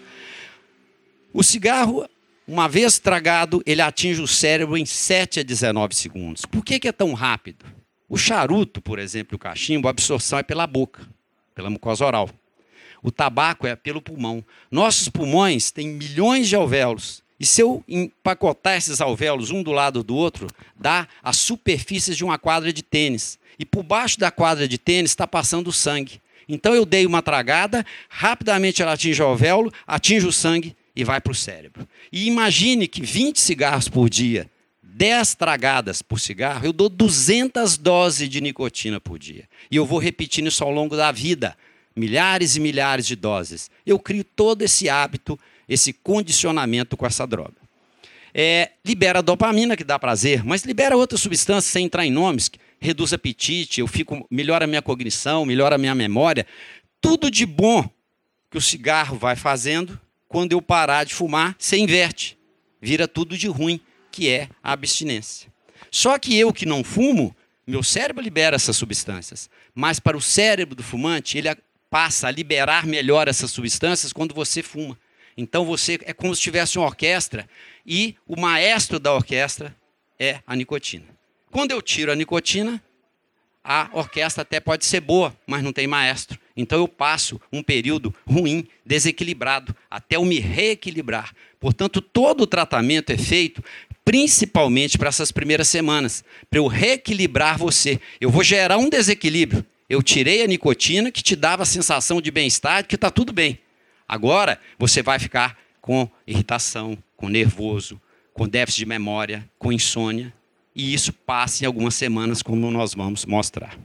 S3: O cigarro, uma vez tragado, ele atinge o cérebro em 7 a 19 segundos. Por que é tão rápido? O charuto, por exemplo, o cachimbo, a absorção é pela boca, pela mucosa oral. O tabaco é pelo pulmão. Nossos pulmões têm milhões de alvéolos. E se eu empacotar esses alvéolos um do lado do outro, dá a superfície de uma quadra de tênis. E por baixo da quadra de tênis está passando o sangue. Então eu dei uma tragada, rapidamente ela atinge o alvéolo, atinge o sangue e vai para o cérebro. E imagine que 20 cigarros por dia, 10 tragadas por cigarro, eu dou 200 doses de nicotina por dia. E eu vou repetindo isso ao longo da vida, milhares e milhares de doses. Eu crio todo esse hábito, esse condicionamento com essa droga. Libera dopamina, que dá prazer, mas libera outras substâncias, sem entrar em nomes, que reduz apetite, melhora a minha cognição, melhora a minha memória. Tudo de bom que o cigarro vai fazendo, quando eu parar de fumar, você inverte. Vira tudo de ruim, que é a abstinência. Só que eu que não fumo, meu cérebro libera essas substâncias. Mas para o cérebro do fumante, ele passa a liberar melhor essas substâncias quando você fuma. Então você é como se tivesse uma orquestra e o maestro da orquestra é a nicotina. Quando eu tiro a nicotina, a orquestra até pode ser boa, mas não tem maestro. Então eu passo um período ruim, desequilibrado, até eu me reequilibrar. Portanto, todo o tratamento é feito principalmente para essas primeiras semanas, para eu reequilibrar você. Eu vou gerar um desequilíbrio. Eu tirei a nicotina que te dava a sensação de bem-estar, de que está tudo bem. Agora você vai ficar com irritação, com nervoso, com déficit de memória, com insônia. E isso passa em algumas semanas, como nós vamos mostrar.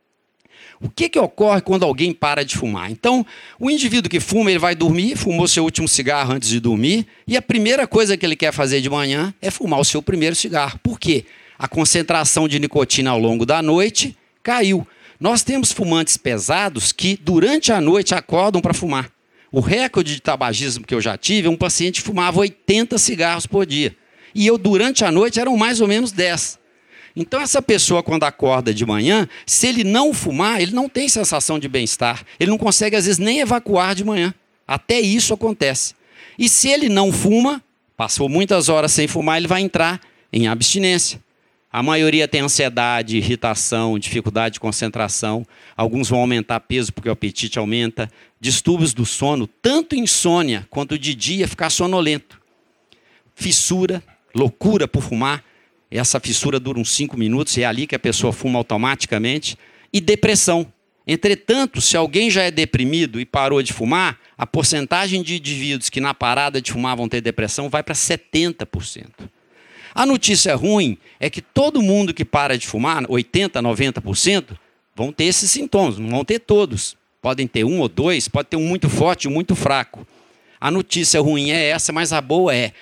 S3: O que ocorre quando alguém para de fumar? Então, o indivíduo que fuma, ele vai dormir, fumou seu último cigarro antes de dormir, e a primeira coisa que ele quer fazer de manhã é fumar o seu primeiro cigarro. Por quê? A concentração de nicotina ao longo da noite caiu. Nós temos fumantes pesados que, durante a noite, acordam para fumar. O recorde de tabagismo que eu já tive, um paciente fumava 80 cigarros por dia. E eu, durante a noite, eram mais ou menos 10. Então, essa pessoa, quando acorda de manhã, se ele não fumar, ele não tem sensação de bem-estar. Ele não consegue, às vezes, nem evacuar de manhã. Até isso acontece. E se ele não fuma, passou muitas horas sem fumar, ele vai entrar em abstinência. A maioria tem ansiedade, irritação, dificuldade de concentração. Alguns vão aumentar peso porque o apetite aumenta. Distúrbios do sono, tanto insônia quanto de dia, ficar sonolento. Fissura, loucura por fumar. Essa fissura dura uns 5 minutos e é ali que a pessoa fuma automaticamente. E depressão. Entretanto, se alguém já é deprimido e parou de fumar, a porcentagem de indivíduos que na parada de fumar vão ter depressão vai para 70%. A notícia ruim é que todo mundo que para de fumar, 80%, 90%, vão ter esses sintomas. Não vão ter todos. Podem ter 1 ou 2, pode ter um muito forte e um muito fraco. A notícia ruim é essa, mas a boa é: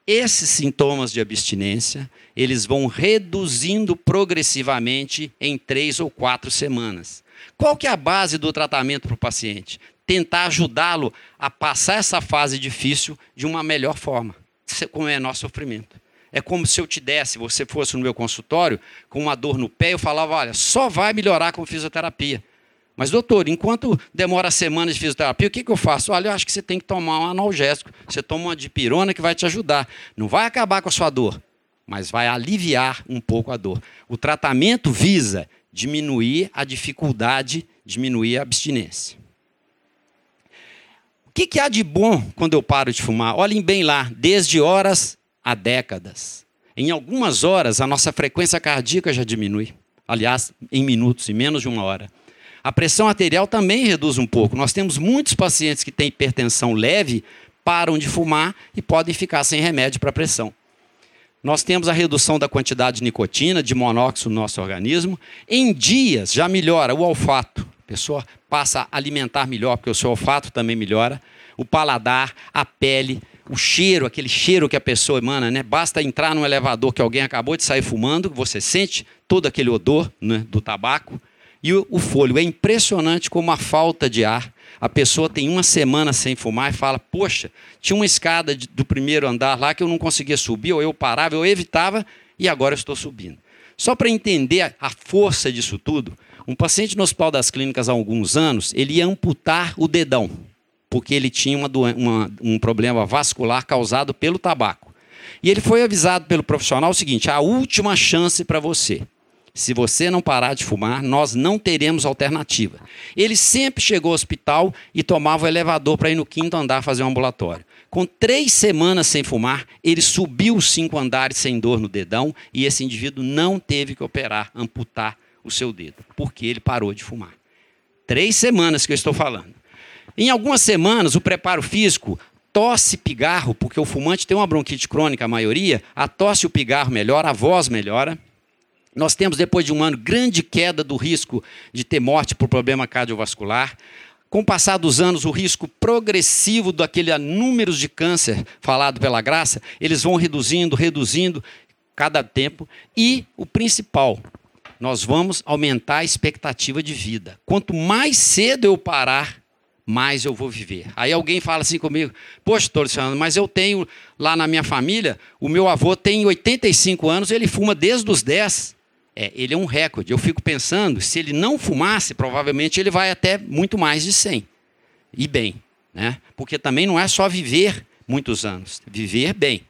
S3: esses sintomas de abstinência, eles vão reduzindo progressivamente em 3 ou 4 semanas. Qual que é a base do tratamento para o paciente? Tentar ajudá-lo a passar essa fase difícil de uma melhor forma, com menor sofrimento. É como se eu te desse, você fosse no meu consultório, com uma dor no pé, eu falava, olha, só vai melhorar com fisioterapia. Mas, doutor, enquanto demora semanas de fisioterapia, o que eu faço? Olha, eu acho que você tem que tomar um analgésico. Você toma uma dipirona que vai te ajudar. Não vai acabar com a sua dor, mas vai aliviar um pouco a dor. O tratamento visa diminuir a dificuldade, diminuir a abstinência. O que há de bom quando eu paro de fumar? Olhem bem lá, desde horas a décadas. Em algumas horas, a nossa frequência cardíaca já diminui. Aliás, em minutos, em menos de 1 hora. A pressão arterial também reduz um pouco. Nós temos muitos pacientes que têm hipertensão leve, param de fumar e podem ficar sem remédio para a pressão. Nós temos a redução da quantidade de nicotina, de monóxido no nosso organismo. Em dias já melhora o olfato. A pessoa passa a alimentar melhor, porque o seu olfato também melhora. O paladar, a pele, o cheiro, aquele cheiro que a pessoa emana, né? Basta entrar num elevador que alguém acabou de sair fumando, você sente todo aquele odor, né, do tabaco. E o fôlego, é impressionante como a falta de ar. A pessoa tem 1 semana sem fumar e fala, poxa, tinha uma escada do primeiro andar lá que eu não conseguia subir, ou eu parava, eu evitava, e agora eu estou subindo. Só para entender a força disso tudo, um paciente no Hospital das Clínicas há alguns anos, ele ia amputar o dedão, porque ele tinha um problema vascular causado pelo tabaco. E ele foi avisado pelo profissional o seguinte, a última chance para você. Se você não parar de fumar, nós não teremos alternativa. Ele sempre chegou ao hospital e tomava o elevador para ir no 5º andar fazer um ambulatório. Com 3 semanas sem fumar, ele subiu os 5 andares sem dor no dedão e esse indivíduo não teve que operar, amputar o seu dedo, porque ele parou de fumar. 3 semanas que eu estou falando. Em algumas semanas, o preparo físico, tosse, pigarro, porque o fumante tem uma bronquite crônica, a maioria, a tosse e o pigarro melhora, a voz melhora. Nós temos, depois de 1 ano, grande queda do risco de ter morte por problema cardiovascular. Com o passar dos anos, o risco progressivo daquele números de câncer falado pela Graça, eles vão reduzindo cada tempo. E o principal, nós vamos aumentar a expectativa de vida. Quanto mais cedo eu parar, mais eu vou viver. Aí alguém fala assim comigo, poxa, doutor Luciano, mas eu tenho lá na minha família, o meu avô tem 85 anos, ele fuma desde os 10. Ele é um recorde. Eu fico pensando, se ele não fumasse, provavelmente ele vai até muito mais de 100. E bem, né? Porque também não é só viver muitos anos, viver bem.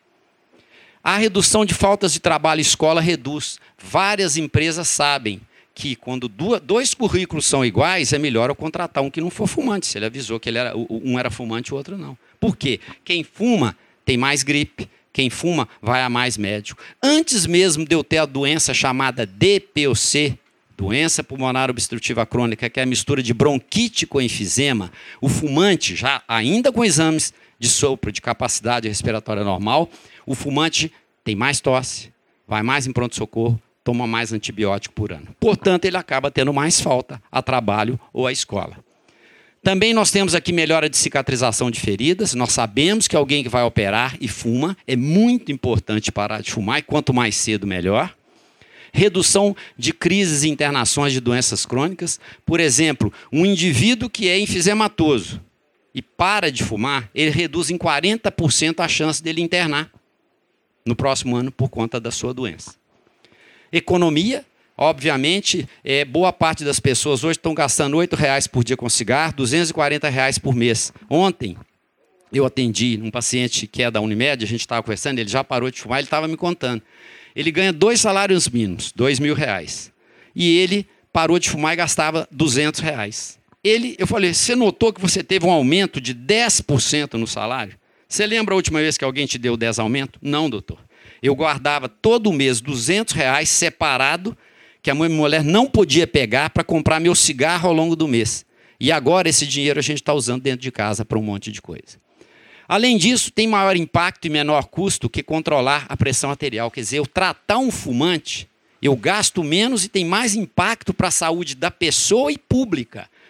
S3: A redução de faltas de trabalho em escola reduz. Várias empresas sabem que quando 2 currículos são iguais, é melhor eu contratar um que não for fumante. Se ele avisou que um era fumante e o outro não. Por quê? Quem fuma tem mais gripe. Quem fuma vai a mais médico. Antes mesmo de eu ter a doença chamada DPOC, doença pulmonar obstrutiva crônica, que é a mistura de bronquite com enfisema, o fumante, já ainda com exames de sopro, de capacidade respiratória normal, o fumante tem mais tosse, vai mais em pronto-socorro, toma mais antibiótico por ano. Portanto, ele acaba tendo mais falta a trabalho ou à escola. Também nós temos aqui melhora de cicatrização de feridas. Nós sabemos que alguém que vai operar e fuma, é muito importante parar de fumar, e quanto mais cedo, melhor. Redução de crises e internações de doenças crônicas. Por exemplo, um indivíduo que é enfisematoso e para de fumar, ele reduz em 40% a chance dele internar no próximo ano por conta da sua doença. Economia. Obviamente, boa parte das pessoas hoje estão gastando R$8 por dia com cigarro, R$240 por mês. Ontem, eu atendi um paciente que é da Unimed, a gente estava conversando, ele já parou de fumar, ele estava me contando. Ele ganha 2 salários mínimos, R$2.000. E ele parou de fumar e gastava R$200. Eu falei, você notou que você teve um aumento de 10% no salário? Você lembra a última vez que alguém te deu 10 aumento? Não, doutor. Eu guardava todo mês R$200 separado, que a minha mulher não podia pegar para comprar meu cigarro ao longo do mês. E agora esse dinheiro a gente está usando dentro de casa para um monte de coisa. Além disso, tem maior impacto e menor custo que controlar a pressão arterial. Quer dizer, eu tratar um fumante, eu gasto menos e tem mais impacto para a saúde da pessoa e pública.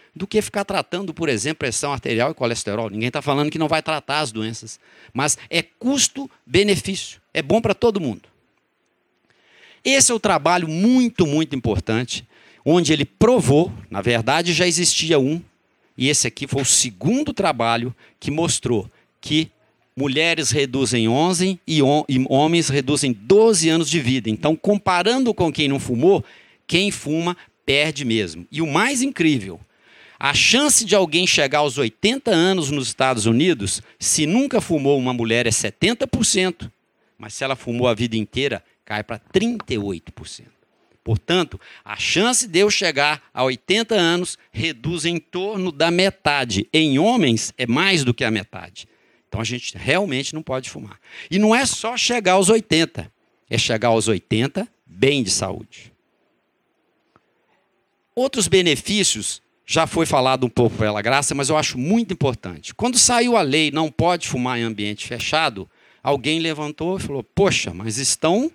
S3: do que ficar tratando, por exemplo, pressão arterial e colesterol. Ninguém está falando que não vai tratar as doenças, mas é custo-benefício. É bom para todo mundo. Esse é o trabalho muito, muito importante, onde ele provou, na verdade já existia um, e esse aqui foi o segundo trabalho que mostrou que mulheres reduzem 11 e homens reduzem 12 anos de vida. Então, comparando com quem não fumou, quem fuma perde mesmo. E o mais incrível, a chance de alguém chegar aos 80 anos nos Estados Unidos, se nunca fumou uma mulher, é 70%, mas se ela fumou a vida inteira, cai para 38%. Portanto, a chance de eu chegar a 80 anos reduz em torno da metade. Em homens, é mais do que a metade. Então, a gente realmente não pode fumar. E não é só chegar aos 80, é chegar aos 80 bem de saúde. Outros benefícios, já foi falado um pouco pela Graça, mas eu acho muito importante. Quando saiu a lei, não pode fumar em ambiente fechado, alguém levantou e falou, poxa, mas estão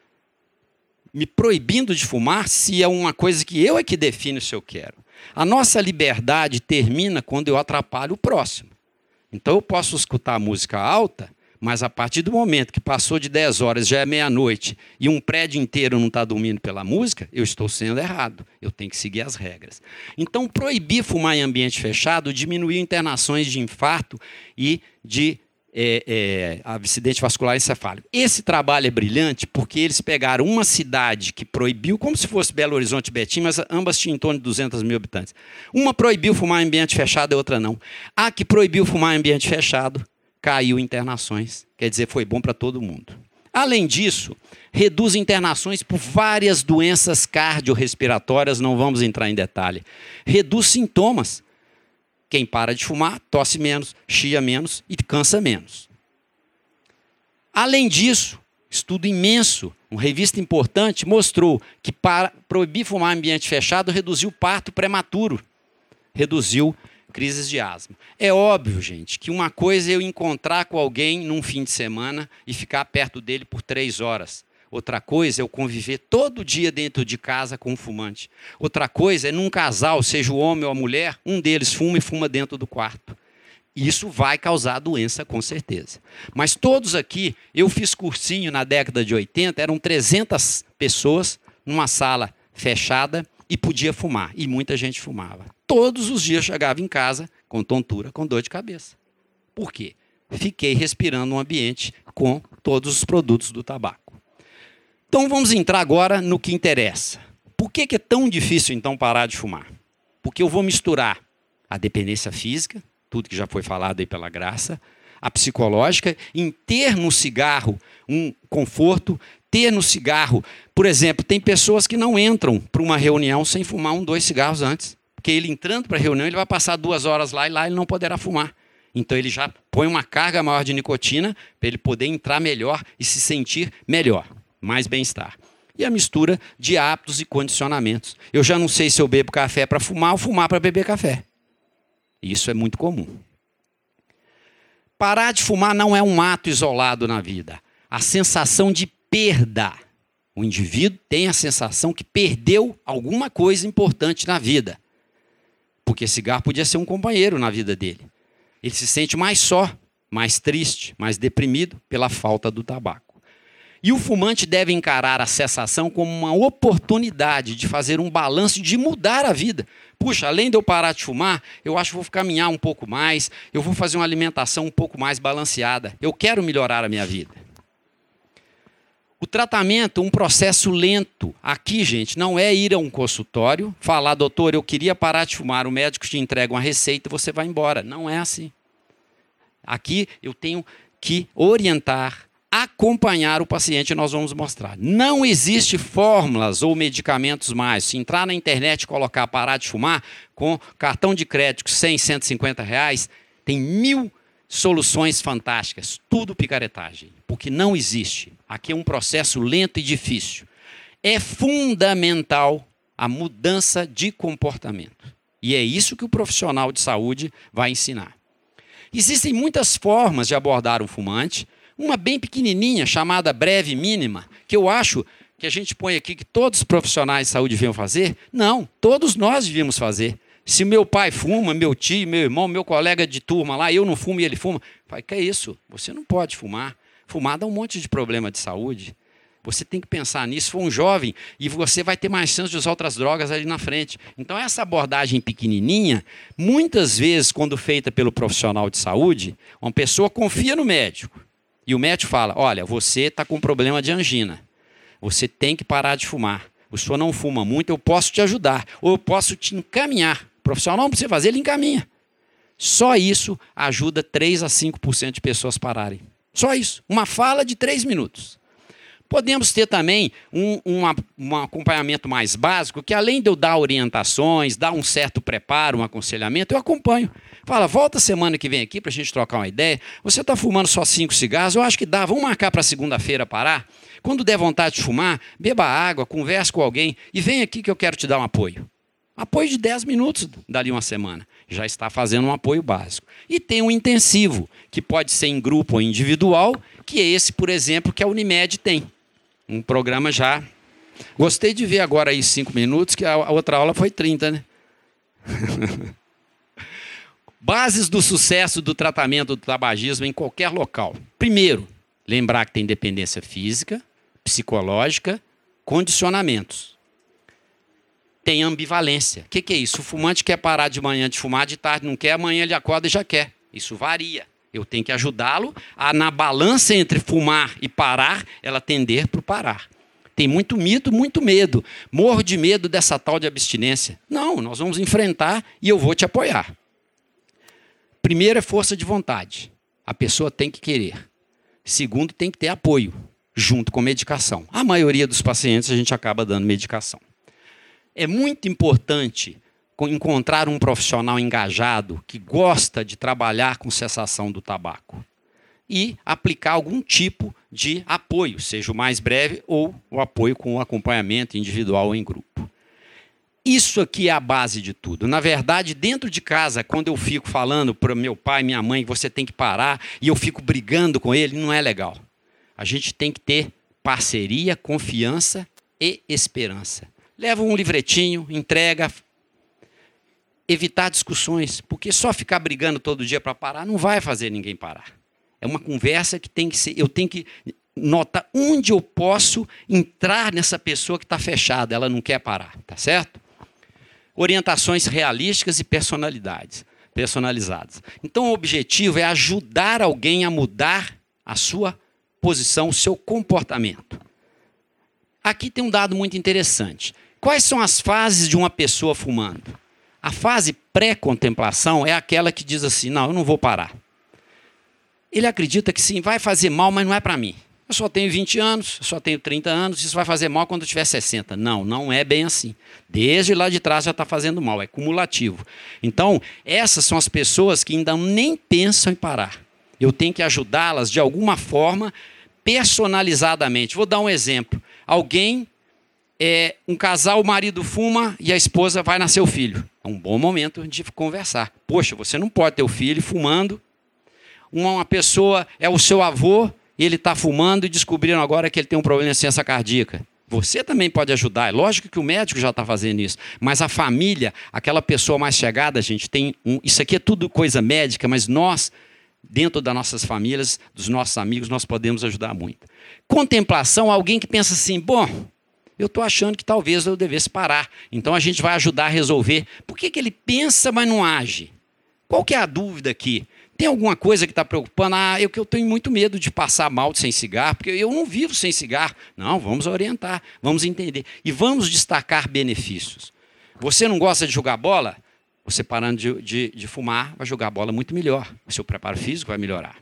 S3: me proibindo de fumar se é uma coisa que eu é que defino se eu quero. A nossa liberdade termina quando eu atrapalho o próximo. Então eu posso escutar música alta, mas a partir do momento que passou de 10 horas, já é meia-noite, e um prédio inteiro não está dormindo pela música, eu estou sendo errado. Eu tenho que seguir as regras. Então, proibir fumar em ambiente fechado diminuiu internações de infarto e de acidente vascular encefálico. Esse trabalho é brilhante porque eles pegaram uma cidade que proibiu, como se fosse Belo Horizonte e Betim, mas ambas tinham em torno de 200 mil habitantes. Uma proibiu fumar em ambiente fechado e outra não. A que proibiu fumar em ambiente fechado caiu internações. Quer dizer, foi bom para todo mundo. Além disso, reduz internações por várias doenças cardiorrespiratórias, não vamos entrar em detalhe. Reduz sintomas. Quem para de fumar, tosse menos, chia menos e cansa menos. Além disso, estudo imenso, uma revista importante, mostrou que para proibir fumar em ambiente fechado reduziu parto prematuro, reduziu crises de asma. É óbvio, gente, que uma coisa é eu encontrar com alguém num fim de semana e ficar perto dele por 3 horas. Outra coisa é eu conviver todo dia dentro de casa com um fumante. Outra coisa é num casal, seja o homem ou a mulher, um deles fuma e fuma dentro do quarto. Isso vai causar doença, com certeza. Mas todos aqui, eu fiz cursinho na década de 80, eram 300 pessoas numa sala fechada e podia fumar. E muita gente fumava. Todos os dias chegava em casa com tontura, com dor de cabeça. Por quê? Fiquei respirando um ambiente com todos os produtos do tabaco. Então vamos entrar agora no que interessa. Por que é tão difícil então parar de fumar? Porque eu vou misturar a dependência física, tudo que já foi falado aí pela Graça, a psicológica, em ter no cigarro um conforto, ter no cigarro, por exemplo, tem pessoas que não entram para uma reunião sem fumar 2 cigarros antes. Porque ele entrando para a reunião, ele vai passar 2 horas lá e lá ele não poderá fumar. Então ele já põe uma carga maior de nicotina para ele poder entrar melhor e se sentir melhor. Mais bem-estar. E a mistura de hábitos e condicionamentos. Eu já não sei se eu bebo café para fumar ou fumar para beber café. Isso é muito comum. Parar de fumar não é um ato isolado na vida. A sensação de perda. O indivíduo tem a sensação que perdeu alguma coisa importante na vida. Porque cigarro podia ser um companheiro na vida dele. Ele se sente mais só, mais triste, mais deprimido pela falta do tabaco. E o fumante deve encarar a cessação como uma oportunidade de fazer um balanço, de mudar a vida. Puxa, além de eu parar de fumar, eu acho que vou caminhar um pouco mais, eu vou fazer uma alimentação um pouco mais balanceada. Eu quero melhorar a minha vida. O tratamento, um processo lento. Aqui, gente, não é ir a um consultório, falar, doutor, eu queria parar de fumar, o médico te entrega uma receita e você vai embora. Não é assim. Aqui eu tenho que orientar, acompanhar o paciente, nós vamos mostrar. Não existe fórmulas ou medicamentos mais. Se entrar na internet e colocar parar de fumar, com cartão de crédito 100, 150 reais, tem 1000 soluções fantásticas. Tudo picaretagem, porque não existe. Aqui é um processo lento e difícil. É fundamental a mudança de comportamento. E é isso que o profissional de saúde vai ensinar. Existem muitas formas de abordar o fumante. Uma bem pequenininha, chamada breve mínima, que eu acho que a gente põe aqui que todos os profissionais de saúde deviam fazer. Não, todos nós devíamos fazer. Se meu pai fuma, meu tio, meu irmão, meu colega de turma lá, eu não fumo e ele fuma, fala, que é isso? Você não pode fumar. Fumar dá um monte de problema de saúde. Você tem que pensar nisso. Se for um jovem, e você vai ter mais chance de usar outras drogas ali na frente. Então, essa abordagem pequenininha, muitas vezes, quando feita pelo profissional de saúde, uma pessoa confia no médico. E o médico fala, olha, você está com problema de angina. Você tem que parar de fumar. O senhor não fuma muito, eu posso te ajudar. Ou eu posso te encaminhar. O profissional não precisa fazer, ele encaminha. Só isso ajuda 3 a 5% de pessoas a pararem. Só isso. Uma fala de 3 minutos. Podemos ter também um acompanhamento mais básico, que além de eu dar orientações, dar um certo preparo, um aconselhamento, eu acompanho. Fala, volta semana que vem aqui para a gente trocar uma ideia. Você está fumando só 5 cigarros? Eu acho que dá. Vamos marcar para segunda-feira parar? Quando der vontade de fumar, beba água, converse com alguém e vem aqui que eu quero te dar um apoio. Apoio de 10 minutos dali uma semana. Já está fazendo um apoio básico. E tem um intensivo, que pode ser em grupo ou individual, que é esse, por exemplo, que a Unimed tem. Um programa já. Gostei de ver agora aí 5 minutos, que a outra aula foi 30, né? Bases do sucesso do tratamento do tabagismo em qualquer local. Primeiro, lembrar que tem dependência física, psicológica, condicionamentos. Tem ambivalência. O que é isso? O fumante quer parar de manhã de fumar, de tarde não quer, amanhã ele acorda e já quer. Isso varia. Eu tenho que ajudá-lo a, na balança entre fumar e parar, ela tender para o parar. Tem muito mito, muito medo. Morro de medo dessa tal de abstinência. Não, nós vamos enfrentar e eu vou te apoiar. Primeiro é força de vontade. A pessoa tem que querer. Segundo, tem que ter apoio, junto com medicação. A maioria dos pacientes a gente acaba dando medicação. É muito importante encontrar um profissional engajado que gosta de trabalhar com cessação do tabaco e aplicar algum tipo de apoio, seja o mais breve ou o apoio com o acompanhamento individual ou em grupo. Isso aqui é a base de tudo. Na verdade, dentro de casa, quando eu fico falando para meu pai e minha mãe que você tem que parar e eu fico brigando com ele, não é legal. A gente tem que ter parceria, confiança e esperança. Leva um livretinho, entrega. Evitar discussões, porque só ficar brigando todo dia para parar não vai fazer ninguém parar. É uma conversa que tem que ser, eu tenho que notar onde eu posso entrar nessa pessoa que está fechada, ela não quer parar, tá certo? Orientações realísticas e personalizadas. Então o objetivo é ajudar alguém a mudar a sua posição, o seu comportamento. Aqui tem um dado muito interessante. Quais são as fases de uma pessoa fumando? A fase pré-contemplação é aquela que diz assim, não, eu não vou parar. Ele acredita que sim, vai fazer mal, mas não é para mim. Eu só tenho 20 anos, eu só tenho 30 anos, isso vai fazer mal quando eu tiver 60. Não, não é bem assim. Desde lá de trás já está fazendo mal, é cumulativo. Então, essas são as pessoas que ainda nem pensam em parar. Eu tenho que ajudá-las de alguma forma, personalizadamente. Vou dar um exemplo. Um casal, o marido fuma e a esposa vai nascer o filho. É um bom momento de conversar. Poxa, você não pode ter o filho fumando. Uma pessoa é o seu avô e ele está fumando e descobriram agora que ele tem um problema de insuficiência cardíaca. Você também pode ajudar. É lógico que o médico já está fazendo isso. Mas a família, aquela pessoa mais chegada, a gente tem isso aqui é tudo coisa médica, mas nós, dentro das nossas famílias, dos nossos amigos, nós podemos ajudar muito. Contemplação, alguém que pensa assim, bom, eu estou achando que talvez eu devesse parar. Então a gente vai ajudar a resolver. Por que ele pensa, mas não age? Qual que é a dúvida aqui? Tem alguma coisa que está preocupando? Eu tenho muito medo de passar mal sem cigarro, porque eu não vivo sem cigarro. Não, vamos orientar, vamos entender. E vamos destacar benefícios. Você não gosta de jogar bola? Você parando de fumar, vai jogar bola muito melhor. O seu preparo físico vai melhorar.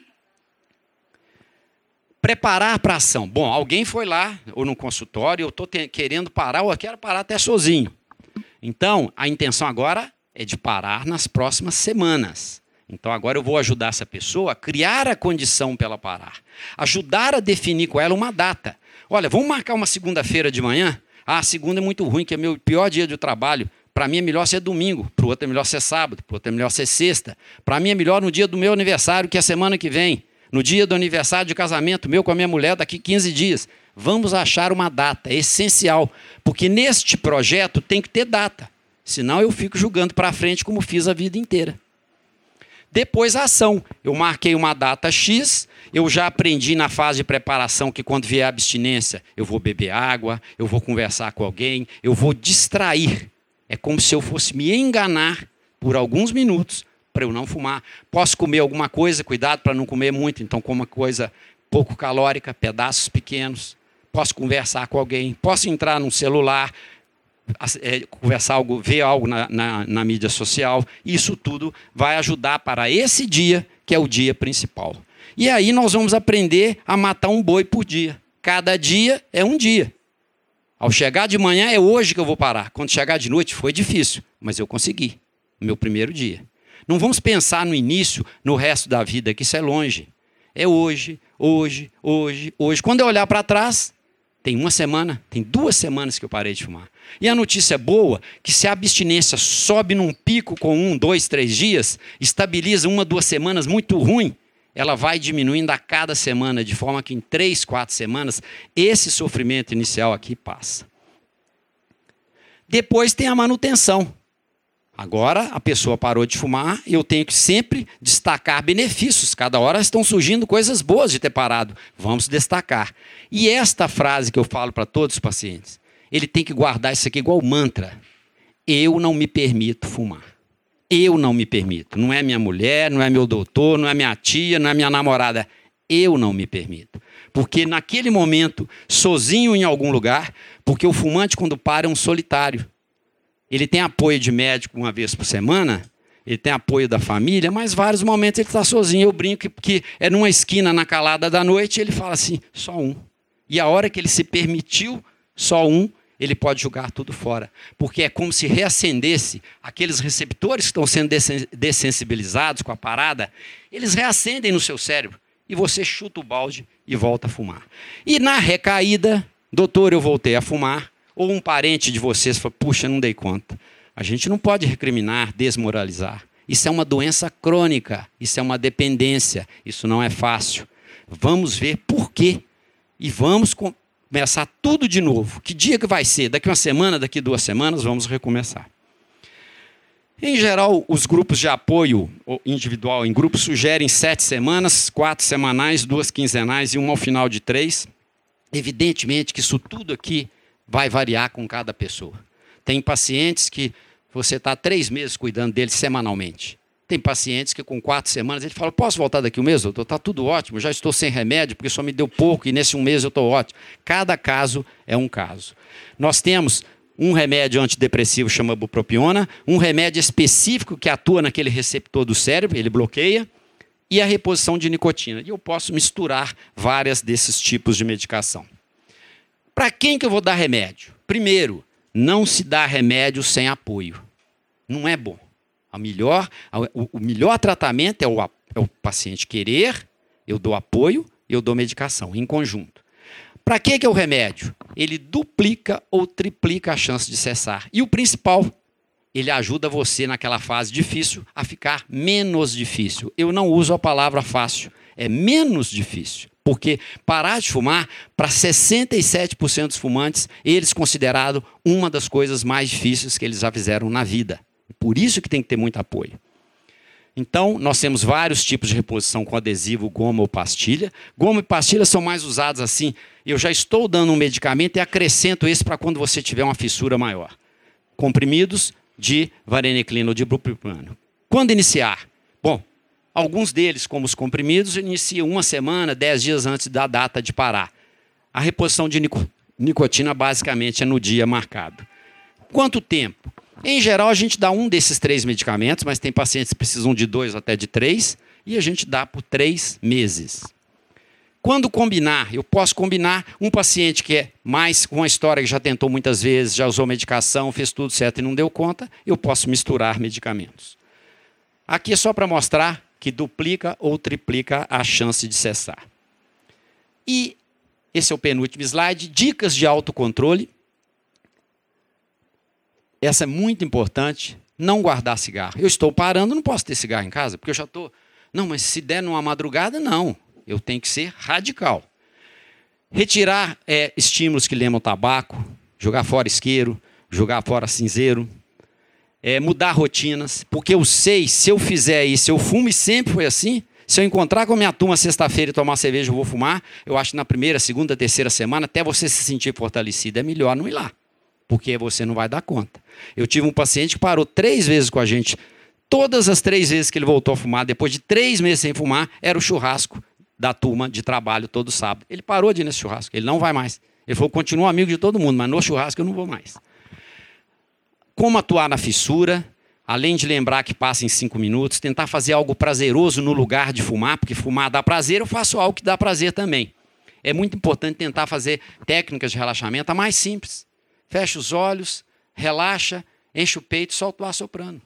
S3: Preparar para a ação. Bom, alguém foi lá, ou no consultório, eu estou querendo parar, ou eu quero parar até sozinho. Então, a intenção agora é de parar nas próximas semanas. Então, agora eu vou ajudar essa pessoa a criar a condição para ela parar. Ajudar a definir com ela uma data. Olha, vamos marcar uma segunda-feira de manhã? Segunda é muito ruim, que é meu pior dia de trabalho. Para mim é melhor ser domingo, para o outro é melhor ser sábado, para o outro é melhor ser sexta. Para mim é melhor no dia do meu aniversário, que é a semana que vem. No dia do aniversário de casamento meu com a minha mulher, daqui 15 dias. Vamos achar uma data, é essencial. Porque neste projeto tem que ter data. Senão eu fico julgando para frente como fiz a vida inteira. Depois a ação. Eu marquei uma data X, eu já aprendi na fase de preparação que quando vier a abstinência, eu vou beber água, eu vou conversar com alguém, eu vou distrair. É como se eu fosse me enganar por alguns minutos para eu não fumar. Posso comer alguma coisa, cuidado para não comer muito, então como uma coisa pouco calórica, pedaços pequenos. Posso conversar com alguém, posso entrar num celular, conversar algo, ver algo na mídia social. Isso tudo vai ajudar para esse dia, que é o dia principal. E aí nós vamos aprender a matar um boi por dia. Cada dia é um dia. Ao chegar de manhã é hoje que eu vou parar. Quando chegar de noite foi difícil, mas eu consegui. No meu primeiro dia. Não vamos pensar no início, no resto da vida, que isso é longe. É hoje, hoje, hoje, hoje. Quando eu olhar para trás, tem uma semana, tem 2 semanas que eu parei de fumar. E a notícia boa, que se a abstinência sobe num pico com 1, 2, 3 dias, estabiliza 1, 2 semanas muito ruim, ela vai diminuindo a cada semana, de forma que em 3, 4 semanas, esse sofrimento inicial aqui passa. Depois tem a manutenção. Agora a pessoa parou de fumar e eu tenho que sempre destacar benefícios. Cada hora estão surgindo coisas boas de ter parado. Vamos destacar. E esta frase que eu falo para todos os pacientes, ele tem que guardar isso aqui igual mantra. Eu não me permito fumar. Eu não me permito. Não é minha mulher, não é meu doutor, não é minha tia, não é minha namorada. Eu não me permito. Porque naquele momento, sozinho em algum lugar, porque o fumante quando para é um solitário. Ele tem apoio de médico uma vez por semana, ele tem apoio da família, mas vários momentos ele está sozinho. Eu brinco que é numa esquina na calada da noite, ele fala assim, só um. E a hora que ele se permitiu, só um, ele pode jogar tudo fora. Porque é como se reacendesse aqueles receptores que estão sendo dessensibilizados com a parada, eles reacendem no seu cérebro e você chuta o balde e volta a fumar. E na recaída, doutor, eu voltei a fumar, ou um parente de vocês fala, puxa, não dei conta. A gente não pode recriminar, desmoralizar. Isso é uma doença crônica, isso é uma dependência, isso não é fácil. Vamos ver por quê e vamos começar tudo de novo. Que dia que vai ser? Daqui uma semana, daqui 2 semanas, vamos recomeçar. Em geral, os grupos de apoio individual em grupo sugerem 7 semanas, 4 semanais, 2 quinzenais e 1 ao final de 3. Evidentemente que isso tudo aqui vai variar com cada pessoa. Tem pacientes que você está 3 meses cuidando deles semanalmente. Tem pacientes que com 4 semanas ele fala, posso voltar daqui 1 mês, doutor? Está tudo ótimo, já estou sem remédio, porque só me deu pouco e nesse 1 mês eu estou ótimo. Cada caso é um caso. Nós temos um remédio antidepressivo, chama bupropiona, um remédio específico que atua naquele receptor do cérebro, ele bloqueia, e a reposição de nicotina. E eu posso misturar várias desses tipos de medicação. Para quem que eu vou dar remédio? Primeiro, não se dá remédio sem apoio. Não é bom. O melhor tratamento é o paciente querer, eu dou apoio, eu dou medicação, em conjunto. Para que é o remédio? Ele duplica ou triplica a chance de cessar. E o principal, ele ajuda você naquela fase difícil a ficar menos difícil. Eu não uso a palavra fácil, é menos difícil. Porque parar de fumar, para 67% dos fumantes, eles consideraram uma das coisas mais difíceis que eles já fizeram na vida. Por isso que tem que ter muito apoio. Então, nós temos vários tipos de reposição com adesivo, goma ou pastilha. Goma e pastilha são mais usados assim. Eu já estou dando um medicamento e acrescento esse para quando você tiver uma fissura maior. Comprimidos de vareniclina ou de bupropiona. Quando iniciar? Bom, alguns deles, como os comprimidos, iniciam 1 semana, 10 dias antes da data de parar. A reposição de nicotina, basicamente, é no dia marcado. Quanto tempo? Em geral, a gente dá um desses 3 medicamentos, mas tem pacientes que precisam de 2 até de 3, e a gente dá por 3 meses. Quando combinar? Eu posso combinar um paciente que é mais com uma história que já tentou muitas vezes, já usou medicação, fez tudo certo e não deu conta, eu posso misturar medicamentos. Aqui é só para mostrar que duplica ou triplica a chance de cessar. E esse é o penúltimo slide, dicas de autocontrole. Essa é muito importante, não guardar cigarro. Eu estou parando, não posso ter cigarro em casa, porque eu já estou... Não, mas se der numa madrugada, não. Eu tenho que ser radical. Retirar estímulos que lembram tabaco, jogar fora isqueiro, jogar fora cinzeiro. mudar rotinas, porque eu sei, se eu fizer isso, eu fumo e sempre foi assim. Se eu encontrar com a minha turma sexta-feira e tomar cerveja, eu vou fumar. Eu acho que na primeira, segunda, terceira semana, até você se sentir fortalecido, é melhor não ir lá, porque você não vai dar conta. Eu tive um paciente que parou 3 vezes com a gente. Todas as 3 vezes que ele voltou a fumar, depois de 3 meses sem fumar, era o churrasco da turma de trabalho todo sábado. Ele parou de ir nesse churrasco, ele não vai mais. Ele falou, continuo amigo de todo mundo, mas no churrasco eu não vou mais. Como atuar na fissura? Além de lembrar que passa em 5 minutos, tentar fazer algo prazeroso no lugar de fumar, porque fumar dá prazer, eu faço algo que dá prazer também. É muito importante tentar fazer técnicas de relaxamento a mais simples. Fecha os olhos, relaxa, enche o peito e solta o ar soprando.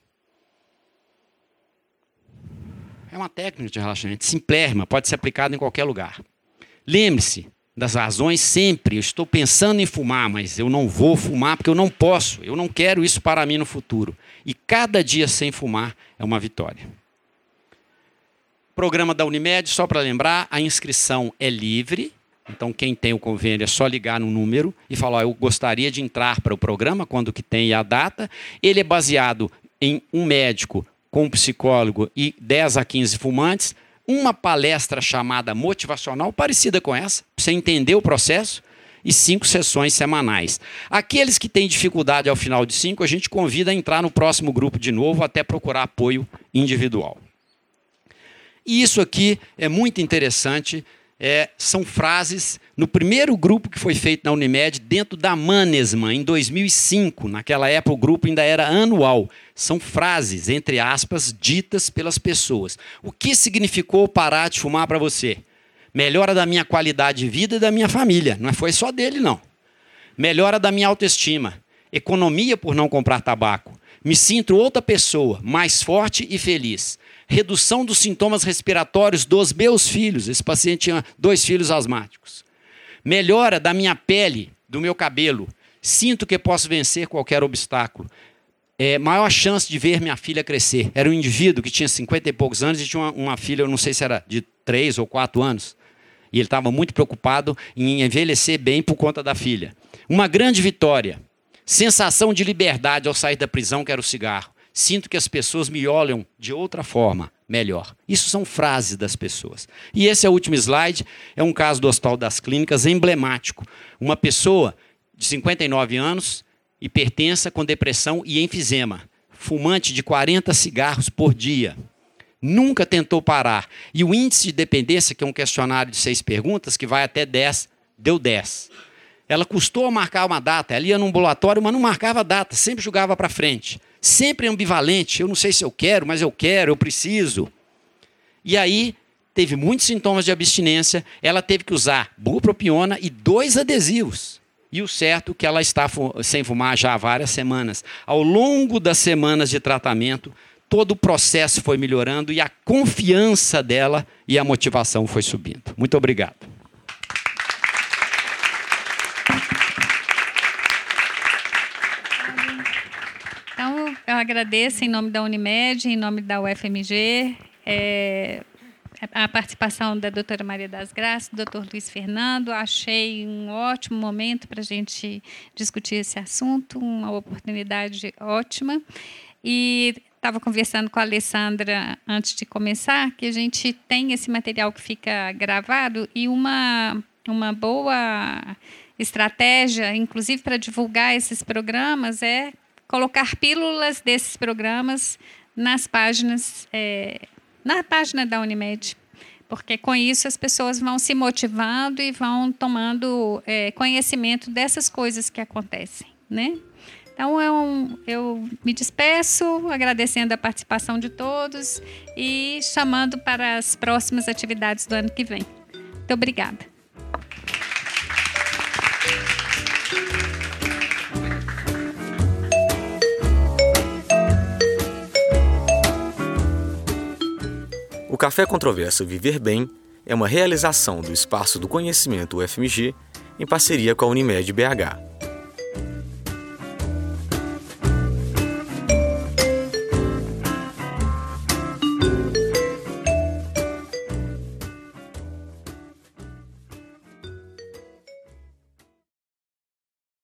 S3: É uma técnica de relaxamento simplérrima, pode ser aplicada em qualquer lugar. Lembre-se das razões sempre. Eu estou pensando em fumar, mas eu não vou fumar porque eu não posso. Eu não quero isso para mim no futuro. E cada dia sem fumar é uma vitória. Programa da Unimed, só para lembrar, a inscrição é livre. Então, quem tem o convênio é só ligar no número e falar, eu gostaria de entrar para o programa, quando que tem a data. Ele é baseado em um médico com um psicólogo e 10 a 15 fumantes, uma palestra chamada motivacional, parecida com essa, para você entender o processo, e 5 sessões semanais. Aqueles que têm dificuldade ao final de 5, a gente convida a entrar no próximo grupo de novo, até procurar apoio individual. E isso aqui é muito interessante. São frases no primeiro grupo que foi feito na Unimed, dentro da Mannesmann, em 2005. Naquela época o grupo ainda era anual. São frases, entre aspas, ditas pelas pessoas. O que significou parar de fumar para você? Melhora da minha qualidade de vida e da minha família. Não foi só dele, não. Melhora da minha autoestima. Economia por não comprar tabaco. Me sinto outra pessoa, mais forte e feliz. Redução dos sintomas respiratórios dos meus filhos. Esse paciente tinha 2 filhos asmáticos. Melhora da minha pele, do meu cabelo. Sinto que posso vencer qualquer obstáculo. Maior chance de ver minha filha crescer. Era um indivíduo que tinha 50 e poucos anos e tinha uma filha, eu não sei se era de 3 ou 4 anos. E ele estava muito preocupado em envelhecer bem por conta da filha. Uma grande vitória. Sensação de liberdade ao sair da prisão, que era o cigarro. Sinto que as pessoas me olham de outra forma, melhor. Isso são frases das pessoas. E esse é o último slide, é um caso do Hospital das Clínicas emblemático. Uma pessoa de 59 anos, hipertensa, com depressão e enfisema. Fumante de 40 cigarros por dia. Nunca tentou parar. E o índice de dependência, que é um questionário de 6 perguntas, que vai até 10, deu 10. Ela custou a marcar uma data, ela ia num ambulatório, mas não marcava data, sempre jogava para frente. Sempre ambivalente, eu não sei se eu quero, mas eu quero, eu preciso. E aí, teve muitos sintomas de abstinência, ela teve que usar bupropiona e 2 adesivos. E o certo é que ela está sem fumar já há várias semanas. Ao longo das semanas de tratamento, todo o processo foi melhorando e a confiança dela e a motivação foi subindo. Muito obrigado.
S4: Então, eu agradeço em nome da Unimed, em nome da UFMG, a participação da doutora Maria das Graças, do doutor Luiz Fernando. Achei um ótimo momento para a gente discutir esse assunto, uma oportunidade ótima. E estava conversando com a Alessandra antes de começar, que a gente tem esse material que fica gravado e uma boa estratégia, inclusive para divulgar esses programas, é colocar pílulas desses programas nas páginas, na página da Unimed, porque com isso as pessoas vão se motivando e vão tomando conhecimento dessas coisas que acontecem, né? Então, eu me despeço, agradecendo a participação de todos e chamando para as próximas atividades do ano que vem. Muito obrigada.
S1: O Café Controverso Viver Bem é uma realização do Espaço do Conhecimento UFMG em parceria com a Unimed BH.